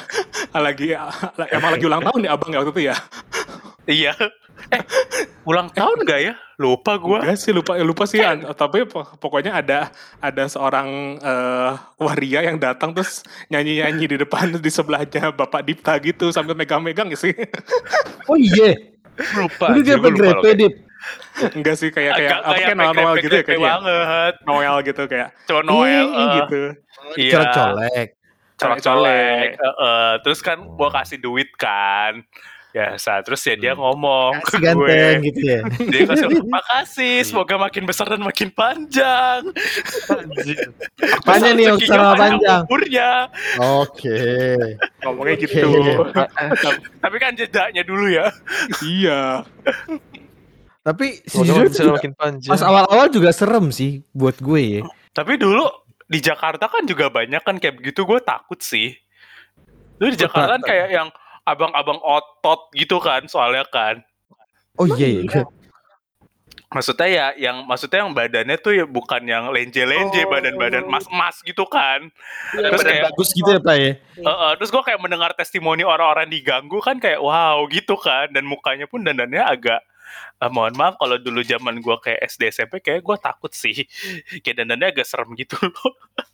Speaker 5: emang lagi ulang tahun ya Abang ya waktu itu ya.
Speaker 2: Iya. Ulang tahun enggak ya? Lupa gue.
Speaker 5: Enggak sih, lupa sih, tapi pokoknya ada seorang waria yang datang terus nyanyi di depan di sebelahnya Bapak Dipta gitu sambil megang-megang sih.
Speaker 4: Oh iya.
Speaker 3: Lupa.
Speaker 4: Itu dia grepe, Dip.
Speaker 5: Enggak sih, kayak apa
Speaker 2: Kayak
Speaker 5: kayak Noel gitu ya kayaknya.
Speaker 2: banget.
Speaker 5: Noel gitu kayak.
Speaker 2: Cuma Noel
Speaker 5: gitu.
Speaker 2: Iya.
Speaker 4: Colek-colek.
Speaker 2: Colek-colek. Terus kan gue kasih duit kan. Ya, terus ya dia ngomong ke gue.
Speaker 4: Ganteng gitu ya.
Speaker 2: Dia kasih, makasih, semoga makin besar dan makin panjang.
Speaker 4: Apanya nih yang besar panjang?
Speaker 2: Umurnya.
Speaker 4: Oke.
Speaker 5: Ngomongnya gitu.
Speaker 2: Tapi kan jedanya dulu ya.
Speaker 5: Iya.
Speaker 4: Tapi
Speaker 3: Semoga
Speaker 4: sejujurnya
Speaker 3: makin panjang.
Speaker 4: pas awal-awal juga serem sih buat gue ya.
Speaker 2: Tapi dulu di Jakarta kan juga banyak kan kayak begitu, gue takut sih. Dulu di Jakarta kan kayak yang abang-abang otot gitu kan, soalnya kan.
Speaker 4: Oh iya.
Speaker 2: Maksudnya yang badannya tuh ya bukan yang lenje-lenje, badan-badan mas-mas gitu kan. Terus kayak
Speaker 4: bagus gitu ya Pak ya.
Speaker 2: Terus gue kayak mendengar testimoni orang-orang diganggu kan kayak wow gitu kan, dan mukanya pun dandannya agak mohon maaf kalau dulu zaman gue kayak SD SMP kayak gue takut sih, kayak dandannya agak serem gitu loh.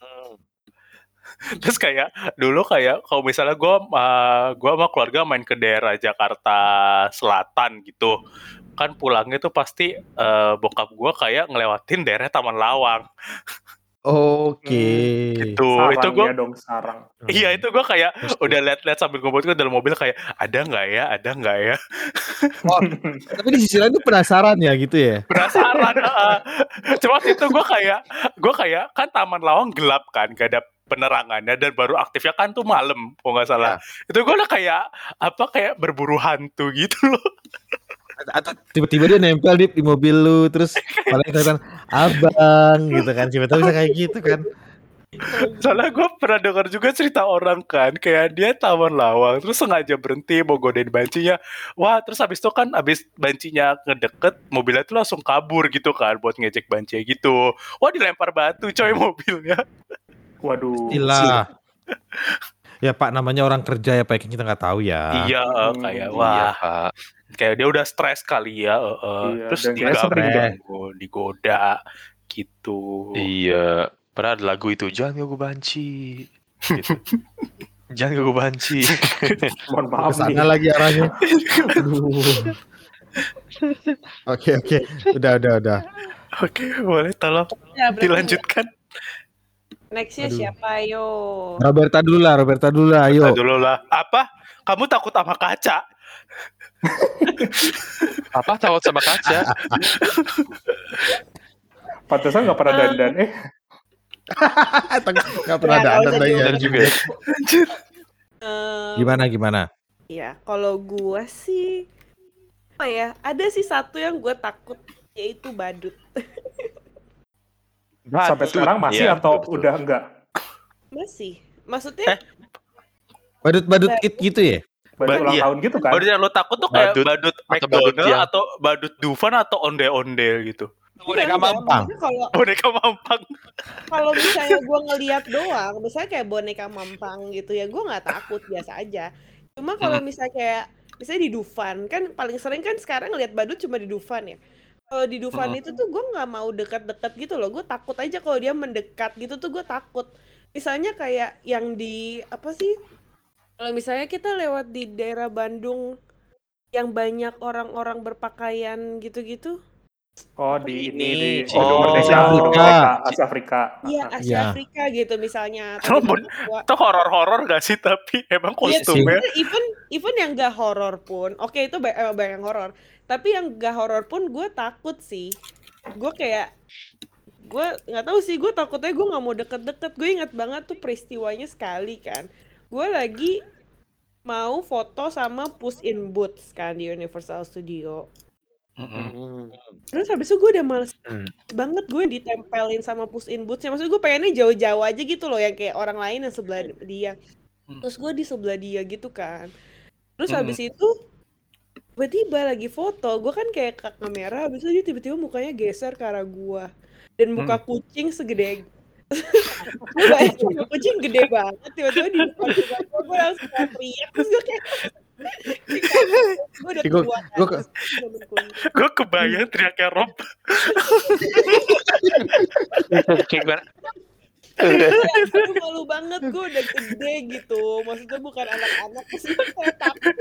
Speaker 2: Terus kayak dulu kayak kalau misalnya gue sama keluarga main ke daerah Jakarta Selatan gitu kan, pulangnya tuh pasti bokap gue kayak ngelewatin daerah Taman Lawang.
Speaker 4: Oke.
Speaker 2: Gitu.
Speaker 5: Sarang
Speaker 2: Itu gue
Speaker 5: ya dong, sarang.
Speaker 2: Iya, itu gue kayak udah lihat sambil ngobrol ke dalam mobil kayak ada nggak ya.
Speaker 4: Oh, tapi di sisi lain tuh penasaran ya gitu ya.
Speaker 2: Penasaran. Cuma waktu itu gue kayak kan Taman Lawang gelap kan, gak ada penerangannya, dan baru aktifnya kan tuh malam kalau nggak salah. Itu gue udah kayak berburu hantu gitu loh.
Speaker 4: Atau tiba-tiba dia nempel di mobil lu, terus paling kelihatan abang gitu kan, tiba-tiba bisa kayak gitu kan.
Speaker 2: Soalnya gue pernah dengar juga cerita orang kan, kayak dia Taman Lawang terus sengaja berhenti mau godain bancinya. Wah, terus habis bancinya ngedeket, mobilnya tuh langsung kabur gitu kan buat ngejek bancinya gitu. Wah, dilempar batu coy mobilnya.
Speaker 5: Waduh.
Speaker 4: Istilah. Ya Pak, namanya orang kerja ya Pak, kita nggak tahu ya.
Speaker 2: Iya, kayak wah,
Speaker 3: Pak.
Speaker 2: kayak dia udah stres kali ya.
Speaker 5: Iya,
Speaker 2: Terus
Speaker 5: dan kayak sering
Speaker 2: digoda gitu.
Speaker 3: Iya. Pernah ada lagu itu, jangan gue banci. Gitu. Jangan gue banci.
Speaker 5: Mohon maaf nih.
Speaker 4: Kesana lagi arahnya. Oke. Udah.
Speaker 2: Oke, boleh tolong dilanjutkan.
Speaker 1: Nextnya siapa, yo?
Speaker 4: Roberta dulu lah, ayo.
Speaker 2: Dulu lah. Apa? Kamu takut sama kaca?
Speaker 3: Apa takut sama kaca?
Speaker 5: Pantesan nggak pernah dandan.
Speaker 4: Nggak pernah dandan
Speaker 3: Benar juga.
Speaker 4: Gimana?
Speaker 1: Iya, kalau gue sih apa ya? Ada sih satu yang gue takut, yaitu badut.
Speaker 5: Sampai sekarang masih atau betul. Udah enggak?
Speaker 1: Masih. Maksudnya
Speaker 4: badut gitu ya?
Speaker 5: Badut ulang tahun gitu kan?
Speaker 2: Badut yang lo takut tuh kayak badut McDonald atau badut Dufan atau ondel-ondel gitu.
Speaker 4: Boneka mampang.
Speaker 1: Kalau misalnya gue ngeliat doang, misalnya kayak boneka mampang gitu ya, gue nggak takut, biasa aja. Cuma kalau misalnya di Dufan kan paling sering kan sekarang ngeliat badut cuma di Dufan ya. Kalau di Dufan itu tuh gue nggak mau deket-deket gitu loh, gue takut aja kalau dia mendekat gitu tuh gue takut. Misalnya kayak yang di apa sih Kalau misalnya kita lewat di daerah Bandung yang banyak orang-orang berpakaian gitu-gitu,
Speaker 5: Oh
Speaker 1: apa
Speaker 5: di
Speaker 1: sih?
Speaker 5: ini di
Speaker 3: Oh,
Speaker 5: Gedung Merdeka,
Speaker 4: Asia
Speaker 5: Gedung
Speaker 4: Afrika.
Speaker 5: Merdeka, Asia Afrika.
Speaker 1: Iya, Asia
Speaker 4: Iya.
Speaker 1: Afrika gitu misalnya, atau di Papua.
Speaker 2: Itu horor-horor gak sih? Tapi emang
Speaker 1: Iya,
Speaker 2: kostumnya.
Speaker 1: even yang gak horor pun, oke itu banyak yang horor. Tapi yang gak horor pun gue takut sih. Gue nggak tahu sih, gue takutnya gue nggak mau deket-deket. Gue ingat banget tuh peristiwanya sekali kan. Gue lagi mau foto sama Puss in Boots kan di Universal Studio. Terus habis itu gue udah males banget gue ditempelin sama Puss in Boots. Maksudnya gue pengennya jauh-jauh aja gitu loh, yang kayak orang lain yang sebelah dia. Terus gue di sebelah dia gitu kan. Terus habis itu tiba-tiba lagi foto, gue kan kayak ke kamera, habis itu dia tiba-tiba mukanya geser ke arah gue. Dan muka kucing segede gue bayangin muka kucing gede banget, tiba-tiba di depan muka gue langsung teriak. Terus gue kayak gue udah tua kan.
Speaker 2: Gue kebayang teriaknya Rob.
Speaker 3: Kayak gimana?
Speaker 1: Aduh, malu banget, gue udah gede gitu, maksudnya bukan anak-anak, terus gue kayak takut.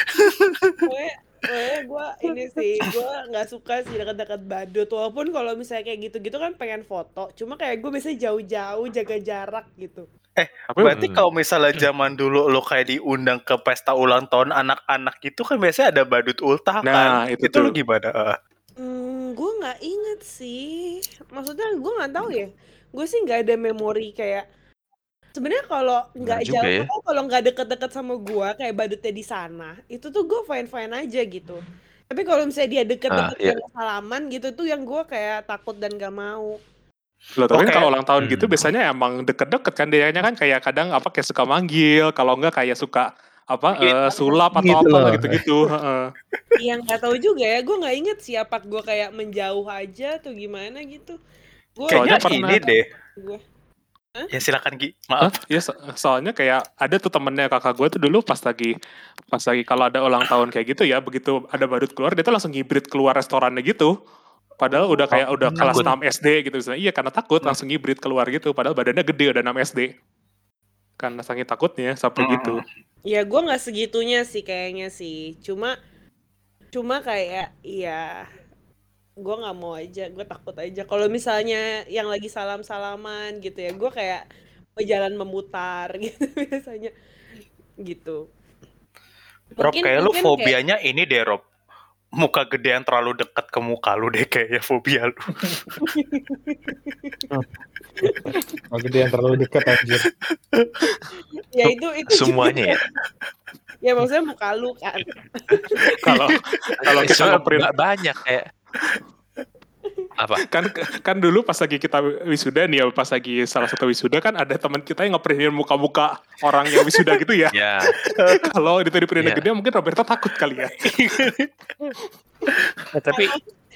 Speaker 1: Gue ini sih, gue nggak suka sih dekat-dekat badut, walaupun kalau misalnya kayak gitu-gitu kan pengen foto, cuma kayak gue biasanya jauh-jauh jaga jarak gitu.
Speaker 2: Berarti kalau misalnya zaman dulu lo kayak diundang ke pesta ulang tahun anak-anak gitu kan biasanya ada badut ultah kan.
Speaker 5: Nah, itu
Speaker 2: Itu lo
Speaker 5: tuh.
Speaker 2: gimana?
Speaker 1: Gue nggak inget sih, maksudnya gue nggak tahu ya. Gue sih nggak ada memori kayak sebenarnya kalau nggak
Speaker 3: juga
Speaker 1: jauh
Speaker 3: ya.
Speaker 1: atau kalau nggak deket-deket sama gue kayak badutnya di sana, itu tuh gue fine aja gitu. Tapi kalau misalnya dia deket-deket
Speaker 3: iya.
Speaker 1: kayak salaman gitu tuh yang gue kayak takut dan gak mau.
Speaker 5: Loh, tapi
Speaker 2: Oke.
Speaker 5: kalau ulang tahun gitu biasanya emang deket-deket kan, dianya kan kayak kadang apa kayak suka manggil, kalau enggak kayak suka apa sulap atau
Speaker 4: Gitu
Speaker 5: apa
Speaker 4: loh.
Speaker 5: gitu-gitu. Heeh.
Speaker 1: Yang nggak tahu juga ya, gue nggak inget sih apa gue kayak menjauh aja atau gimana gitu. Gue
Speaker 2: Kayaknya
Speaker 5: pernah-
Speaker 2: ini deh.
Speaker 1: gue
Speaker 2: Ya silakan Gi,
Speaker 5: Hah?
Speaker 2: maaf.
Speaker 5: Iya, soalnya kayak ada tuh temennya kakak gue tuh dulu pas lagi kalau ada ulang tahun kayak gitu ya, begitu ada badut keluar dia tuh langsung hibrid keluar restorannya gitu. Padahal udah kayak udah kelas 6 SD gitu misalnya. Iya, karena takut langsung hibrid keluar gitu, padahal badannya gede udah 6 SD. Karena saking takutnya sampai gitu.
Speaker 1: ya gue nggak segitunya sih kayaknya sih, cuma kayak ya gue nggak mau aja, gue takut aja kalau misalnya yang lagi salaman gitu ya, gue kayak berjalan memutar gitu biasanya gitu.
Speaker 2: Rob, kayak lu
Speaker 1: mungkin
Speaker 2: fobianya ini deh Rob. Muka gede yang terlalu dekat ke muka lu deh kayaknya fobia lu.
Speaker 4: Oh, gede yang terlalu dekat anjir.
Speaker 1: ya itu
Speaker 3: Semuanya ya.
Speaker 1: ya maksudnya muka lu kan.
Speaker 5: Kalau kita
Speaker 3: Soalnya
Speaker 5: ngeprint
Speaker 3: banyak kayak apa?
Speaker 5: kan dulu pas lagi kita wisuda nih ya, pas lagi salah satu wisuda kan ada teman kita yang ngeprintin muka-muka orang yang wisuda gitu ya.
Speaker 3: Ya.
Speaker 5: Kalau itu di print
Speaker 3: Iya.
Speaker 5: gede mungkin Roberta takut kali ya.
Speaker 3: Tapi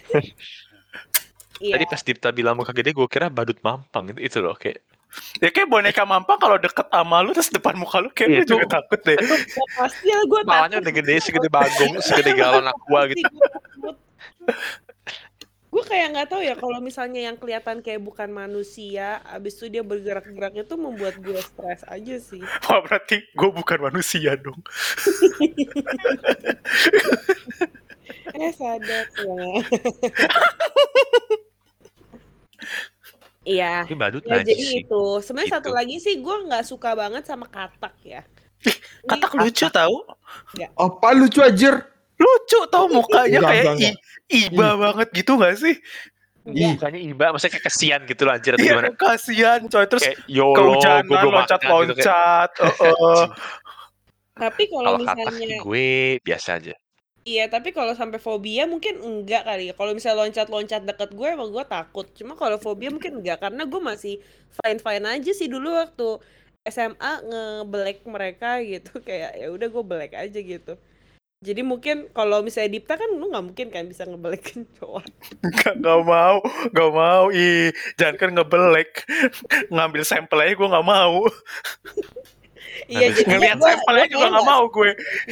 Speaker 1: Iya.
Speaker 3: tadi pas Dipta bilang muka gede, gue kira badut mampang itu loh kayak.
Speaker 2: Ya kayak boneka mampang kalau deket sama lu terus depan muka lu kayak
Speaker 3: Iya,
Speaker 2: lu juga
Speaker 3: tuh.
Speaker 2: takut deh.
Speaker 1: Ya, pasti lah gue
Speaker 3: Palanya udah gede segede bagong, segede galon aqua gitu.
Speaker 1: Gue kayak nggak tahu ya kalau misalnya yang kelihatan kayak bukan manusia, abis itu dia bergerak-gerak itu membuat gue stres aja sih.
Speaker 2: Wah, berarti gue bukan manusia dong.
Speaker 1: Sadar ya. Iya.
Speaker 3: Tapi badut
Speaker 1: Ya,
Speaker 3: najis
Speaker 1: jadi
Speaker 3: sih.
Speaker 1: itu. Sebenarnya
Speaker 3: Gitu.
Speaker 1: satu lagi sih gue nggak suka banget sama katak ya.
Speaker 2: Katak lucu tahu?
Speaker 4: Apa lucu anjir?
Speaker 2: Lucu tau mukanya
Speaker 4: Enggak,
Speaker 2: kayak
Speaker 4: enggak.
Speaker 2: iba banget gitu gak sih?
Speaker 3: Mukanya iba, maksudnya kayak kesian gitu loh anjir atau
Speaker 2: Iya,
Speaker 3: gimana?
Speaker 2: kasihan coy. Terus
Speaker 3: Kayak YOLO,
Speaker 2: kehujanan,
Speaker 3: gue belum makan gitu kayak.
Speaker 2: loncat-loncat.
Speaker 1: Tapi kalau
Speaker 3: Kalau katak
Speaker 1: misalnya
Speaker 3: gue biasa aja.
Speaker 1: iya, tapi kalau sampai fobia mungkin enggak kali ya. Kalau misalnya loncat-loncat deket gue emang gue takut. Cuma kalau fobia mungkin enggak, karena gue masih fine aja sih dulu waktu SMA ngebelek mereka gitu. Kayak ya udah gue belek aja gitu. Jadi mungkin kalau misalnya Dipta kan lu nggak mungkin kan bisa ngebelekin cowok.
Speaker 2: Gak mau. Ih, jangan kan ngebelek. Ngambil sampel aja gue gak mau.
Speaker 1: Iya, jadi
Speaker 2: Ngeliat sampelnya juga gak mau gue.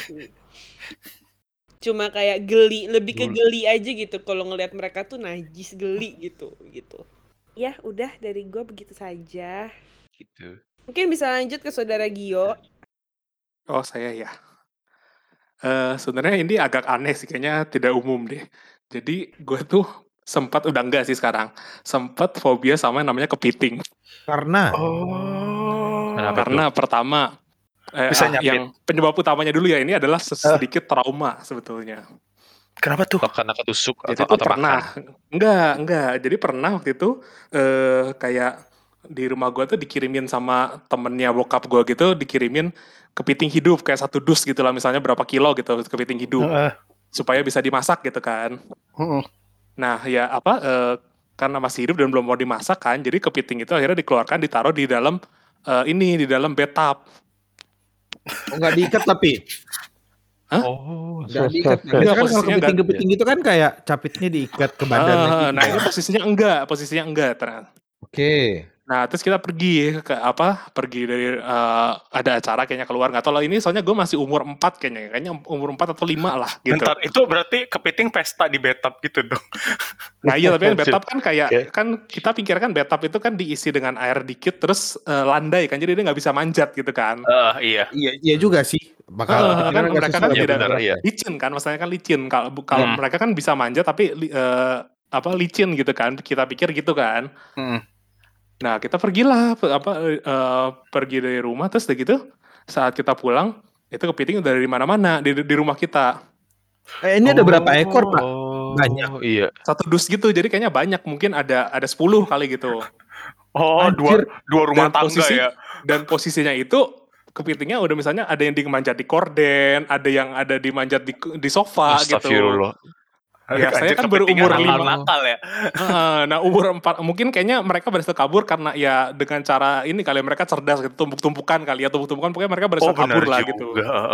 Speaker 1: Cuma kayak geli, lebih ke geli aja gitu kalau ngelihat mereka tuh najis, geli gitu. Ya udah, dari gue begitu saja.
Speaker 3: Gitu.
Speaker 1: Mungkin bisa lanjut ke saudara Gio.
Speaker 5: Oh saya ya. Sebenarnya ini agak aneh sih, kayaknya tidak umum deh. Jadi gue tuh sempat, udah enggak sih sekarang, sempat fobia sama yang namanya kepiting.
Speaker 4: Karena
Speaker 3: Kenapa tuh?
Speaker 5: Karena pertama,
Speaker 2: Bisa nyapit.
Speaker 5: yang penyebab utamanya dulu ya, ini adalah sedikit trauma sebetulnya.
Speaker 2: Kenapa tuh?
Speaker 3: Atau karena ketusuk
Speaker 5: Jadi
Speaker 3: atau
Speaker 5: tuh pernah,
Speaker 3: makan?
Speaker 5: enggak. Jadi pernah waktu itu kayak di rumah gue tuh dikirimin sama temennya bokap gue gitu, dikirimin kepiting hidup kayak 1 dus gitu lah, misalnya berapa kilo gitu kepiting hidup supaya bisa dimasak gitu kan. Nah ya karena masih hidup dan belum mau dimasak kan, jadi kepiting itu akhirnya dikeluarkan, ditaruh di dalam di dalam bathtub.
Speaker 4: nggak diikat tapi.
Speaker 5: Hah?
Speaker 3: Oh,
Speaker 4: Nggak diikat.
Speaker 5: Enggak,
Speaker 4: Biasanya kan kalau
Speaker 5: posisinya
Speaker 4: kepiting gitu kan kayak capitnya diikat ke badannya gitu.
Speaker 5: Nah ini posisinya enggak ternyata.
Speaker 4: Oke.
Speaker 5: Nah, terus kita pergi pergi dari ada acara kayaknya keluar, nggak tahu lah ini, soalnya gue masih umur 4 kayaknya umur 4 atau 5 lah gitu.
Speaker 2: Bentar, itu berarti kepiting pesta di bathtub gitu dong.
Speaker 5: Nah iya, tapi kan bathtub kan kayak kan kita pikirkan bathtub itu kan diisi dengan air dikit terus landai kan, jadi dia nggak bisa manjat gitu kan.
Speaker 2: Iya.
Speaker 4: Iya juga sih. Bakal
Speaker 5: Kan mereka kan
Speaker 3: Iya,
Speaker 5: tidak
Speaker 3: benar, iya.
Speaker 5: licin kan, maksudnya kan licin. Kalau mereka kan bisa manjat tapi licin gitu kan, kita pikir gitu kan. Nah kita pergilah pergi dari rumah, terus udah gitu saat kita pulang itu kepiting udah dari mana-mana di rumah kita.
Speaker 4: Ini ada berapa ekor Pak? Banyak.
Speaker 3: Iya.
Speaker 5: 1 dus gitu, jadi kayaknya banyak, mungkin ada 10 kali gitu.
Speaker 2: Oh,
Speaker 4: Anjir.
Speaker 2: dua rumah tangga ya.
Speaker 5: Dan posisinya itu kepitingnya udah misalnya ada yang dimanjat di korden, ada yang ada dimanjat di sofa gitu.
Speaker 3: Astagfirullah.
Speaker 5: Ya, saya kan
Speaker 2: kepitingnya
Speaker 5: berumur 5.
Speaker 2: nakal ya.
Speaker 5: Nah, umur 4 mungkin kayaknya mereka berhasil kabur karena ya dengan cara ini kali, mereka cerdas gitu, tumpuk-tumpukan kali ya, pokoknya mereka berhasil kabur lah gitu.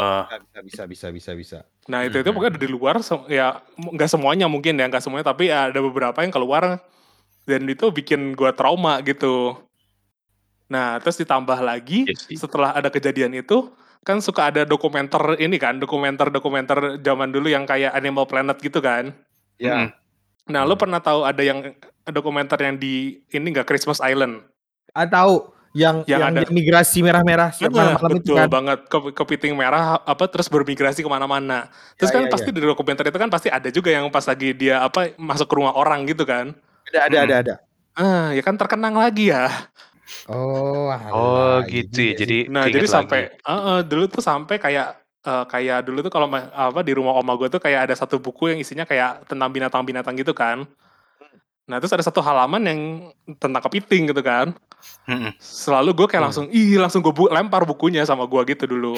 Speaker 4: Bisa.
Speaker 5: Nah, itu pokoknya dari luar ya, nggak semuanya mungkin ya, nggak semuanya, tapi ya ada beberapa yang keluar dan itu bikin gua trauma gitu. Nah, terus ditambah lagi setelah ada kejadian itu kan suka ada dokumenter ini kan, dokumenter zaman dulu yang kayak Animal Planet gitu kan.
Speaker 4: Ya.
Speaker 5: Nah, lo pernah tahu ada yang dokumenter yang di ini nggak, Christmas Island?
Speaker 4: Tahu yang
Speaker 5: ada
Speaker 4: migrasi merah-merah malam-malam itu
Speaker 5: betul
Speaker 4: kan.
Speaker 5: banget, kepiting merah terus bermigrasi kemana-mana. Terus pasti di dokumenter itu kan pasti ada juga yang pas lagi dia masuk ke rumah orang gitu kan.
Speaker 4: Ada.
Speaker 5: Ya kan terkenang lagi ya.
Speaker 3: Oh gitu ya.
Speaker 5: Jadi sampai dulu tuh sampai kayak dulu tuh kalau di rumah oma gue tuh kayak ada 1 buku yang isinya kayak tentang binatang-binatang gitu kan. Nah, terus ada 1 halaman yang tentang kepiting gitu kan. Selalu gue kayak langsung gue lempar bukunya sama gue gitu dulu.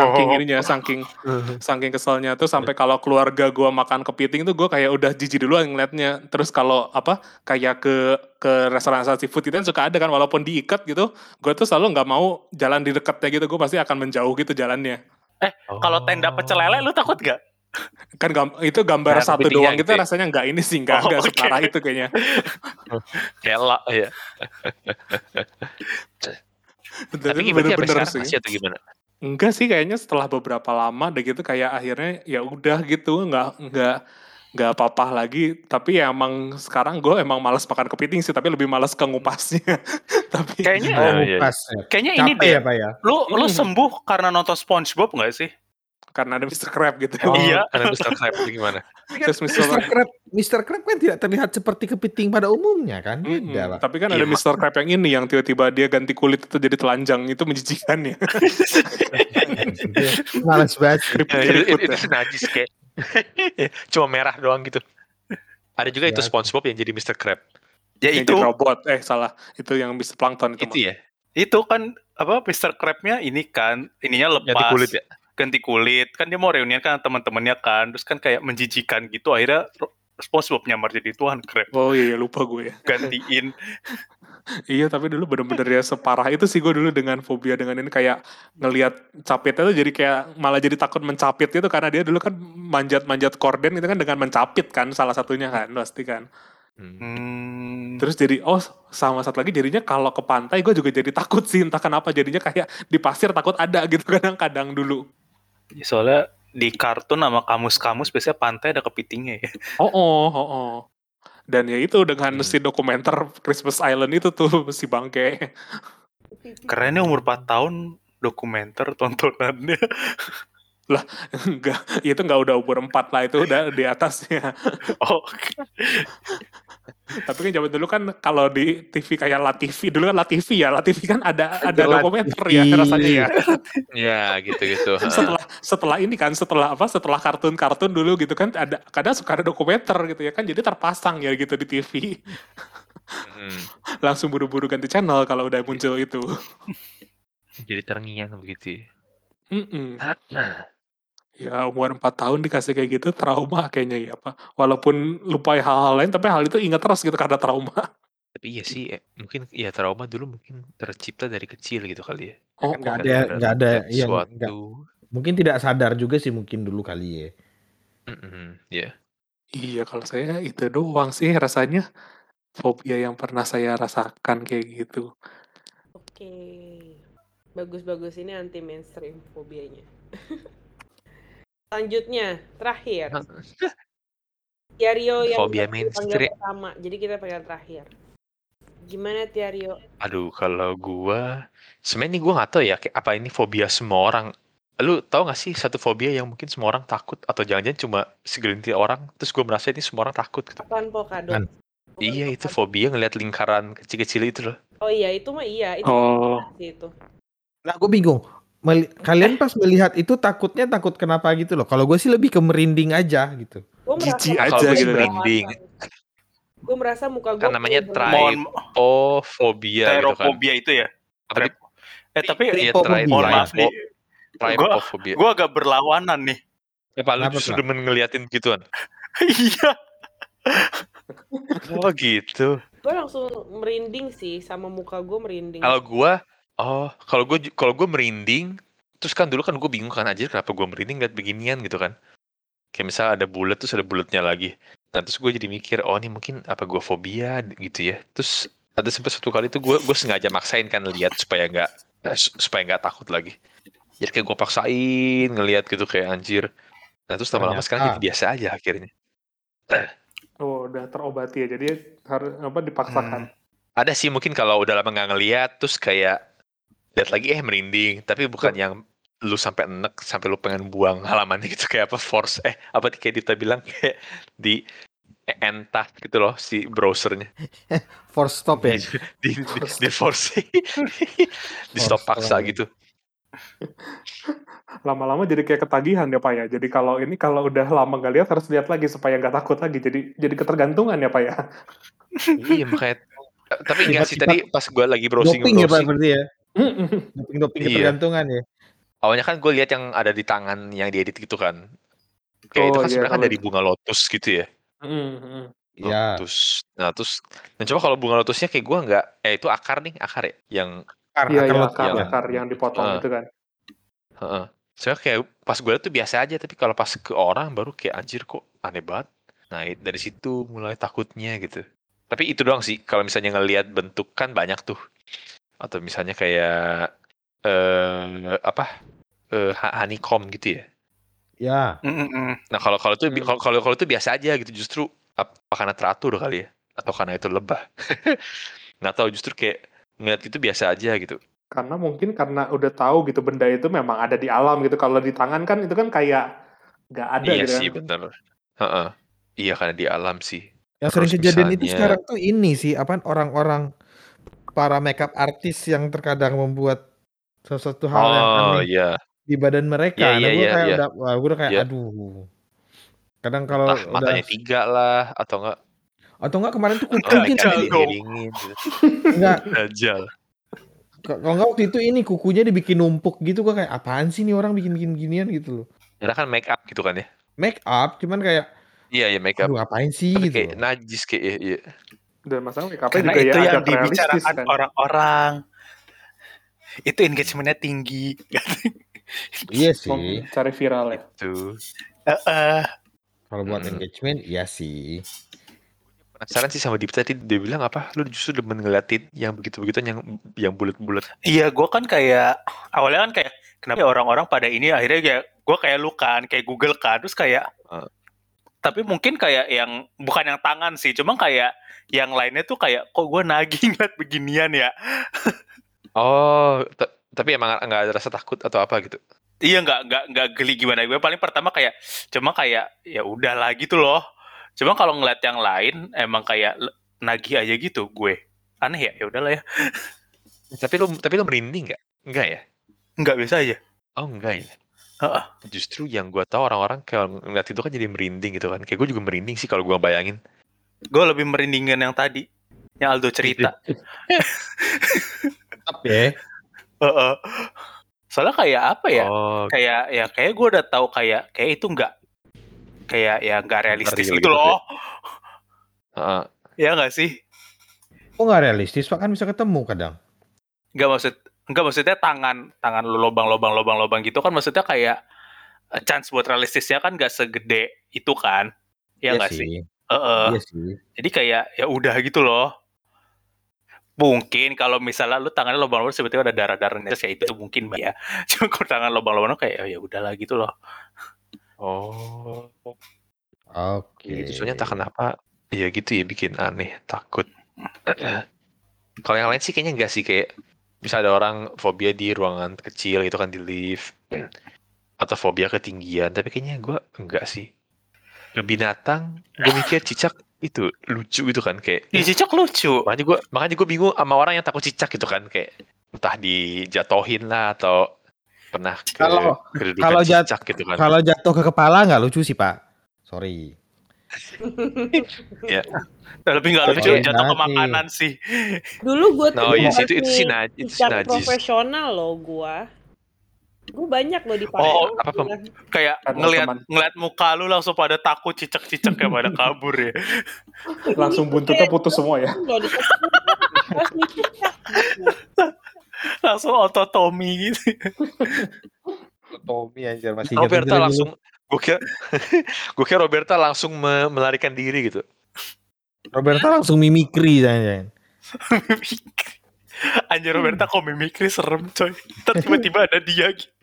Speaker 5: Saking keselnya tuh, sampai kalau keluarga gue makan kepiting tuh gue kayak udah jijik dulu ngeliatnya. Terus kalau kayak ke restoran seafood itu kan suka ada kan, walaupun diikat gitu, gue tuh selalu nggak mau jalan di dekatnya gitu, gue pasti akan menjauh gitu jalannya.
Speaker 2: Kalau tenda pecel lele lu takut gak?
Speaker 5: Kan itu gambar 1 doang gitu, rasanya nggak ini sih, nggak separah itu kayaknya.
Speaker 3: Kelak ya. Tapi bener-bener sih. Atau gimana?
Speaker 5: Enggak sih, kayaknya setelah beberapa lama deh gitu kayak akhirnya ya udah gitu, nggak apa-apa lagi. Tapi ya emang sekarang gue emang malas makan kepiting sih, tapi lebih malas ke ngupasnya. Tapi
Speaker 2: kayaknya kayaknya ini deh.
Speaker 4: Ya, Pak ya.
Speaker 2: Lu sembuh karena nonton SpongeBob nggak sih?
Speaker 5: Karena ada Mr. Crab gitu.
Speaker 2: Iya,
Speaker 3: karena Mr. Crab itu gimana?
Speaker 4: Mr. Crab kan tidak terlihat seperti kepiting pada umumnya kan? Beda, Pak.
Speaker 5: Tapi kan ada Mr. Crab yang ini yang tiba-tiba dia ganti kulit itu jadi telanjang, itu menjijikan ya.
Speaker 4: Males banget.
Speaker 3: Itu najis kayak. Cuma merah doang gitu. Ada juga itu SpongeBob yang jadi Mr. Crab.
Speaker 2: Ya
Speaker 5: yang
Speaker 2: itu
Speaker 5: jadi robot, salah. Itu yang Mr. Plankton itu.
Speaker 3: Itu ya.
Speaker 2: Itu kan Mr. Crab-nya ini kan ininya lepas.
Speaker 3: Ganti kulit ya.
Speaker 2: Ganti kulit, kan dia mau reunian kan teman-temannya kan, terus kan kayak menjijikan gitu, akhirnya SpongeBob nyamar jadi Tuan Crab.
Speaker 5: Oh iya, lupa gue ya.
Speaker 2: Gantiin.
Speaker 5: Iya, tapi dulu bener-bener ya separah itu sih gue dulu dengan fobia dengan ini, kayak ngelihat capitnya tuh jadi kayak malah jadi takut mencapit gitu, karena dia dulu kan manjat-manjat korden itu kan dengan mencapit kan salah satunya kan, pasti kan. Terus jadi sama satu lagi jadinya kalau ke pantai gue juga jadi takut sih, entah kenapa jadinya kayak di pasir takut ada gitu kadang-kadang dulu.
Speaker 2: Soalnya di kartun sama kamus-kamus biasanya pantai ada kepitingnya ya.
Speaker 5: Dan ya itu dengan si dokumenter Christmas Island itu tuh si bangke.
Speaker 2: Kerennya umur 4 tahun dokumenter tontonannya.
Speaker 5: Enggak, itu enggak udah umur 4 lah, itu udah di atasnya.
Speaker 2: Oh,
Speaker 5: Tapi kan zaman dulu kan kalau di TV kayak LaTV, dulu kan LaTV kan ada dokumenter ya rasanya ya.
Speaker 3: Ya gitu-gitu.
Speaker 5: Setelah ini kan setelah kartun-kartun dulu gitu kan ada kadang suka ada dokumenter gitu ya kan, jadi terpasang ya gitu di TV. Langsung buru-buru ganti channel kalau udah muncul itu.
Speaker 3: Jadi terngiang begitu.
Speaker 5: Ya umur 4 tahun dikasih kayak gitu trauma kayaknya ya Pak. Walaupun lupa hal-hal lain tapi hal itu ingat terus gitu karena trauma.
Speaker 3: Tapi iya sih, mungkin ya trauma dulu mungkin tercipta dari kecil gitu kali ya.
Speaker 5: Oh,
Speaker 4: Nggak ada yang nggak,
Speaker 3: Suatu.
Speaker 4: mungkin tidak sadar juga sih mungkin dulu kali ya.
Speaker 3: Ya.
Speaker 5: Iya, kalau saya itu doang sih rasanya fobia yang pernah saya rasakan kayak gitu.
Speaker 1: Oke. Bagus-bagus, ini anti mainstream fobianya. Selanjutnya, terakhir. Tiario yang
Speaker 3: Fobia
Speaker 1: dipanggil
Speaker 3: mainstream.
Speaker 1: pertama. Jadi kita pegang terakhir. Gimana Tiario?
Speaker 3: Aduh, kalau gua sebenarnya gua nggak tahu ya apa ini fobia semua orang. Lu tahu nggak sih satu fobia yang mungkin semua orang takut, atau jangan-jangan cuma segelintir orang terus gua merasa ini semua orang takut gitu.
Speaker 1: Apaan Polkadot?
Speaker 4: Kan.
Speaker 3: Iya, itu fobia ngelihat lingkaran kecil-kecil itu loh.
Speaker 1: Oh iya, itu mah iya. Itu itu.
Speaker 4: Nah, gue bingung. Kalian pas melihat itu takutnya takut kenapa gitu loh? Kalau gue sih lebih ke merinding aja gitu.
Speaker 5: Jijik
Speaker 1: merasa
Speaker 5: aja
Speaker 3: Kalau gue sih
Speaker 5: gitu.
Speaker 3: merinding.
Speaker 1: Gue merasa muka gue
Speaker 3: Kan namanya
Speaker 2: Mohon-
Speaker 3: trypophobia gitu kan.
Speaker 2: Trypophobia itu ya.
Speaker 3: Apa sih?
Speaker 2: Tapi
Speaker 3: Iya,
Speaker 2: mohon maaf nih.
Speaker 3: trypophobia.
Speaker 2: Gue agak berlawanan nih.
Speaker 3: Ya, Pak, lu
Speaker 4: Kenapa,
Speaker 3: justru
Speaker 4: Pak?
Speaker 3: demen ngeliatin gituan.
Speaker 2: Iya.
Speaker 3: Oh gitu.
Speaker 1: Gue langsung merinding sih, sama muka gue merinding.
Speaker 3: Kalau gue merinding, terus kan dulu kan gue bingung kan aja kenapa gue merinding liat beginian gitu kan. Kayak misalnya ada bulat terus ada bulatnya lagi. Nah terus gue jadi mikir, oh ini mungkin apa gue fobia gitu ya. Terus ada sempat satu kali itu gue sengaja maksain kan lihat supaya nggak takut lagi. Jadi kayak gue paksain ngelihat gitu kayak anjir. Nah terus lama-lama sekarang jadi biasa aja akhirnya.
Speaker 5: Oh, udah terobati ya. Jadi harus dipaksakan.
Speaker 3: Ada sih mungkin kalau udah lama nggak ngeliat terus kayak lihat lagi merinding, tapi bukan yang lu sampai enek sampai lu pengen buang halamannya gitu kayak apa force apa kayak Dita bilang kayak di entah gitu loh si browsernya.
Speaker 4: Force stop ya.
Speaker 3: di force di stop paksa gitu.
Speaker 5: Lama-lama jadi kayak ketagihan ya Pak ya. Jadi kalau udah lama nggak lihat harus lihat lagi supaya nggak takut lagi. Jadi ketergantungan ya Pak ya.
Speaker 3: Iya makanya. Tapi enggak sih tadi pas gue lagi browsing.
Speaker 4: Doping ya Pak berarti ya. Doping
Speaker 3: Iya.
Speaker 4: ketergantungan ya.
Speaker 3: Awalnya kan gue lihat yang ada di tangan yang diedit gitu kan. Kayak itu kan sebenarnya kan dari bunga lotus gitu ya.
Speaker 4: Iya.
Speaker 3: Lotus. Nah terus, dan coba kalau bunga lotusnya kayak gue nggak, itu akar ya, yang
Speaker 5: akar yang dipotong gitu kan.
Speaker 3: Soalnya kayak pas gue liat tuh biasa aja, tapi kalau pas ke orang baru kayak anjir kok aneh banget. Nah dari situ mulai takutnya gitu. Tapi itu doang sih, kalau misalnya ngelihat bentuk kan banyak tuh. Atau misalnya kayak honeycomb gitu ya.
Speaker 4: Ya.
Speaker 3: Nah kalau itu biasa aja gitu, justru apa karena teratur kali ya, atau karena itu lebah. Nggak tahu, justru kayak ngeliat itu biasa aja gitu.
Speaker 5: Karena mungkin karena udah tahu gitu benda itu memang ada di alam gitu. Kalau di tangan kan itu kan kayak nggak ada
Speaker 3: iya
Speaker 5: gitu
Speaker 3: sih,
Speaker 5: kan.
Speaker 3: bener. Iya karena di alam sih.
Speaker 4: Yang sering kejadian itu sekarang tuh ini sih, orang-orang para makeup artis yang terkadang membuat sesuatu hal yang aneh di badan mereka. Gue udah kayak aduh. Kadang kalau
Speaker 3: matanya 3 lah atau enggak
Speaker 4: kemarin tuh kukunya
Speaker 3: diiringin.
Speaker 4: Enggak.
Speaker 3: Dajjal.
Speaker 4: Kalau enggak waktu itu ini kukunya dibikin numpuk gitu, gue kayak apaan sih nih orang bikin ginian gitu loh.
Speaker 3: Ya kan make up gitu kan ya.
Speaker 4: Make up cuman kayak
Speaker 3: iya make up.
Speaker 4: Aduh ngapain sih
Speaker 3: tapi
Speaker 4: gitu.
Speaker 3: Kayak najis kayak iya.
Speaker 5: Dan masalah make up-nya
Speaker 2: karena
Speaker 5: juga
Speaker 2: itu
Speaker 5: ya
Speaker 2: yang
Speaker 5: agak realistis
Speaker 2: dibicarakan
Speaker 5: kan.
Speaker 2: orang-orang. Itu engagementnya tinggi.
Speaker 4: Iya sih.
Speaker 5: Cari viral ya.
Speaker 3: Itu.
Speaker 4: Kalau buat engagement iya sih.
Speaker 3: Penasaran sih sama Dipta tadi, dia bilang apa? Lu justru demen ngeliatin yang begitu-begitu yang bulat-bulat.
Speaker 2: Iya, gue kan kayak awalnya kan kayak kenapa orang-orang pada ini, akhirnya kayak gue kayak lu kan, kayak Google kan, terus kayak tapi mungkin kayak yang bukan yang tangan sih, cuma kayak yang lainnya tuh kayak kok gue nagih ngeliat beginian ya.
Speaker 3: Oh, Tapi emang nggak ada rasa takut atau apa gitu.
Speaker 2: Iya, nggak geli gimana. Gue paling pertama kayak cuma kayak ya udahlah gitu loh. Cuma kalau ngeliat yang lain emang kayak nagih aja gitu gue. Aneh ya udahlah ya.
Speaker 3: Tapi lu merinding nggak? Enggak ya?
Speaker 2: Nggak biasa aja.
Speaker 3: Oh enggak ya.
Speaker 2: Heeh.
Speaker 3: Justru yang gue tahu orang-orang kalau ngeliat itu kan jadi merinding gitu kan. Kayak gue juga merinding sih kalau gue bayangin.
Speaker 2: Gue lebih merindingin yang tadi, yang Aldo cerita.
Speaker 4: Tetap ya.
Speaker 2: Heeh. Soalnya kayak apa ya?
Speaker 3: Oh,
Speaker 2: Kayak gue udah tahu kayak itu nggak kayak ya nggak realistis
Speaker 3: Real
Speaker 2: gitu
Speaker 3: gitu
Speaker 2: loh.
Speaker 3: heeh.
Speaker 2: Ya nggak sih?
Speaker 4: Kok nggak realistis Pak, kan bisa ketemu kadang.
Speaker 2: Nggak maksudnya tangan lu lobang gitu kan, maksudnya kayak chance buat realistisnya kan nggak segede itu kan. Ya nggak sih? Heeh.
Speaker 4: Iya sih.
Speaker 2: Jadi kayak ya udah gitu loh. Mungkin kalau misalnya lu tangannya lubang-lubang sebetulnya ada darah-darahnya, ya itu mungkin ya. Cuma kalau tangan lubang-lubang kayak ya udahlah gitu loh.
Speaker 3: Oh,
Speaker 4: Oke.
Speaker 3: gitu. Soalnya tak kenapa ya gitu ya bikin aneh, takut. Kalau yang lain sih kayaknya enggak sih, kayak bisa ada orang fobia di ruangan kecil gitu kan, di lift atau fobia ketinggian, tapi kayaknya gue enggak sih. Ke binatang, gue mikir cicak itu lucu gitu kan, kayak
Speaker 2: Ih, cicak lucu.
Speaker 3: makanya gue bingung sama orang yang takut cicak gitu kan, kayak entah dijatohin lah atau pernah kedudukan
Speaker 4: kalau
Speaker 3: cicak gitu kan.
Speaker 4: Kalau jatuh ke kepala nggak lucu sih Pak. Sorry.
Speaker 3: Ya.
Speaker 2: Lebih nggak lucu
Speaker 3: Oke.
Speaker 2: jatuh ke
Speaker 4: Nanti.
Speaker 2: makanan sih.
Speaker 1: Dulu gue tuh
Speaker 3: Oh iya sih,
Speaker 1: buat
Speaker 3: itu sih
Speaker 1: nih
Speaker 3: itu sih
Speaker 1: cicak
Speaker 3: najis.
Speaker 1: profesional loh gue. Gue banyak loh di
Speaker 2: Oh,
Speaker 3: apa
Speaker 2: kayak
Speaker 5: Karena
Speaker 2: ngeliat muka lu langsung pada takut, cicak-cicak kayak pada kabur ya.
Speaker 5: langsung buntutnya putus semua ya.
Speaker 2: Langsung ototomi gitu.
Speaker 4: Tommy anjir masih
Speaker 3: Roberta langsung gue kira Roberta langsung melarikan diri gitu.
Speaker 4: Roberta langsung mimikri jangan.
Speaker 2: Anjir, Roberta kok mimikri serem coy. Ntar tiba-tiba ada dia gitu.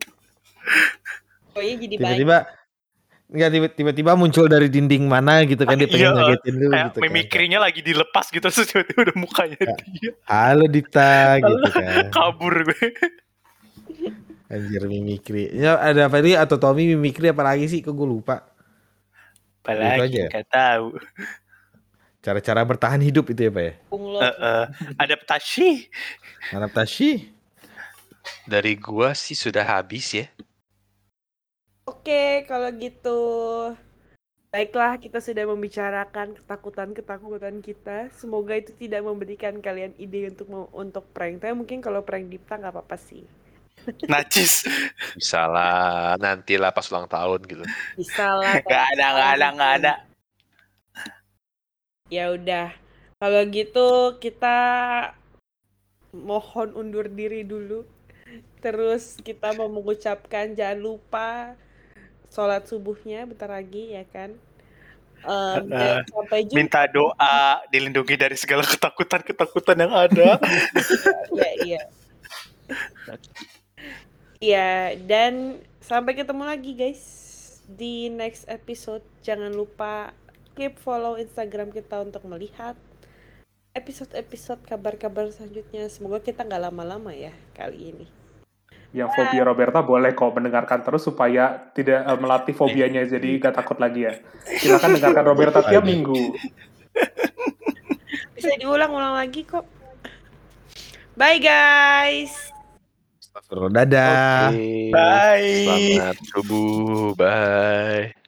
Speaker 4: Tiba-tiba muncul dari dinding mana gitu kan, dia pengen ngagetin lu
Speaker 2: kayak
Speaker 4: gitu kan.
Speaker 2: mimikrinya lagi dilepas gitu, terus tiba-tiba udah mukanya dia.
Speaker 4: Halo Dita gitu kan.
Speaker 2: Kabur gue.
Speaker 4: Anjir mimikri. Ya ada apa nih, atau Tommy mimikri apa lagi sih, kok gue lupa.
Speaker 2: Apalagi nggak tahu.
Speaker 4: Cara-cara bertahan hidup itu ya Pak ya.
Speaker 2: Adaptasi.
Speaker 3: Dari gua sih sudah habis ya.
Speaker 1: Oke, kalau gitu. Baiklah, kita sudah membicarakan ketakutan kita. Semoga itu tidak memberikan kalian ide untuk prank. Tapi mungkin kalau prank Dipta nggak apa-apa sih.
Speaker 2: Najis.
Speaker 3: Bisa lah, nantilah pas ulang tahun gitu.
Speaker 1: Bisa lah.
Speaker 2: Nggak ada.
Speaker 1: Ya udah. Kalau gitu kita mohon undur diri dulu. Terus kita mau mengucapkan jangan lupa sholat subuhnya bentar lagi ya kan. Dan sampai jumpa.
Speaker 2: Minta doa dilindungi dari segala ketakutan yang ada.
Speaker 1: Iya. Iya, dan sampai ketemu lagi guys di next episode. Jangan lupa keep follow Instagram kita untuk melihat episode-episode kabar-kabar selanjutnya. Semoga kita nggak lama-lama ya kali ini.
Speaker 5: Yang fobia Roberta boleh kok mendengarkan terus supaya tidak melatih fobianya, jadi gak takut lagi ya. Silakan dengarkan Roberta tiap minggu.
Speaker 1: Bisa diulang-ulang lagi kok. Bye guys.
Speaker 4: Dadah.
Speaker 3: Okay.
Speaker 2: Bye.
Speaker 3: Selamat subuh. Bye.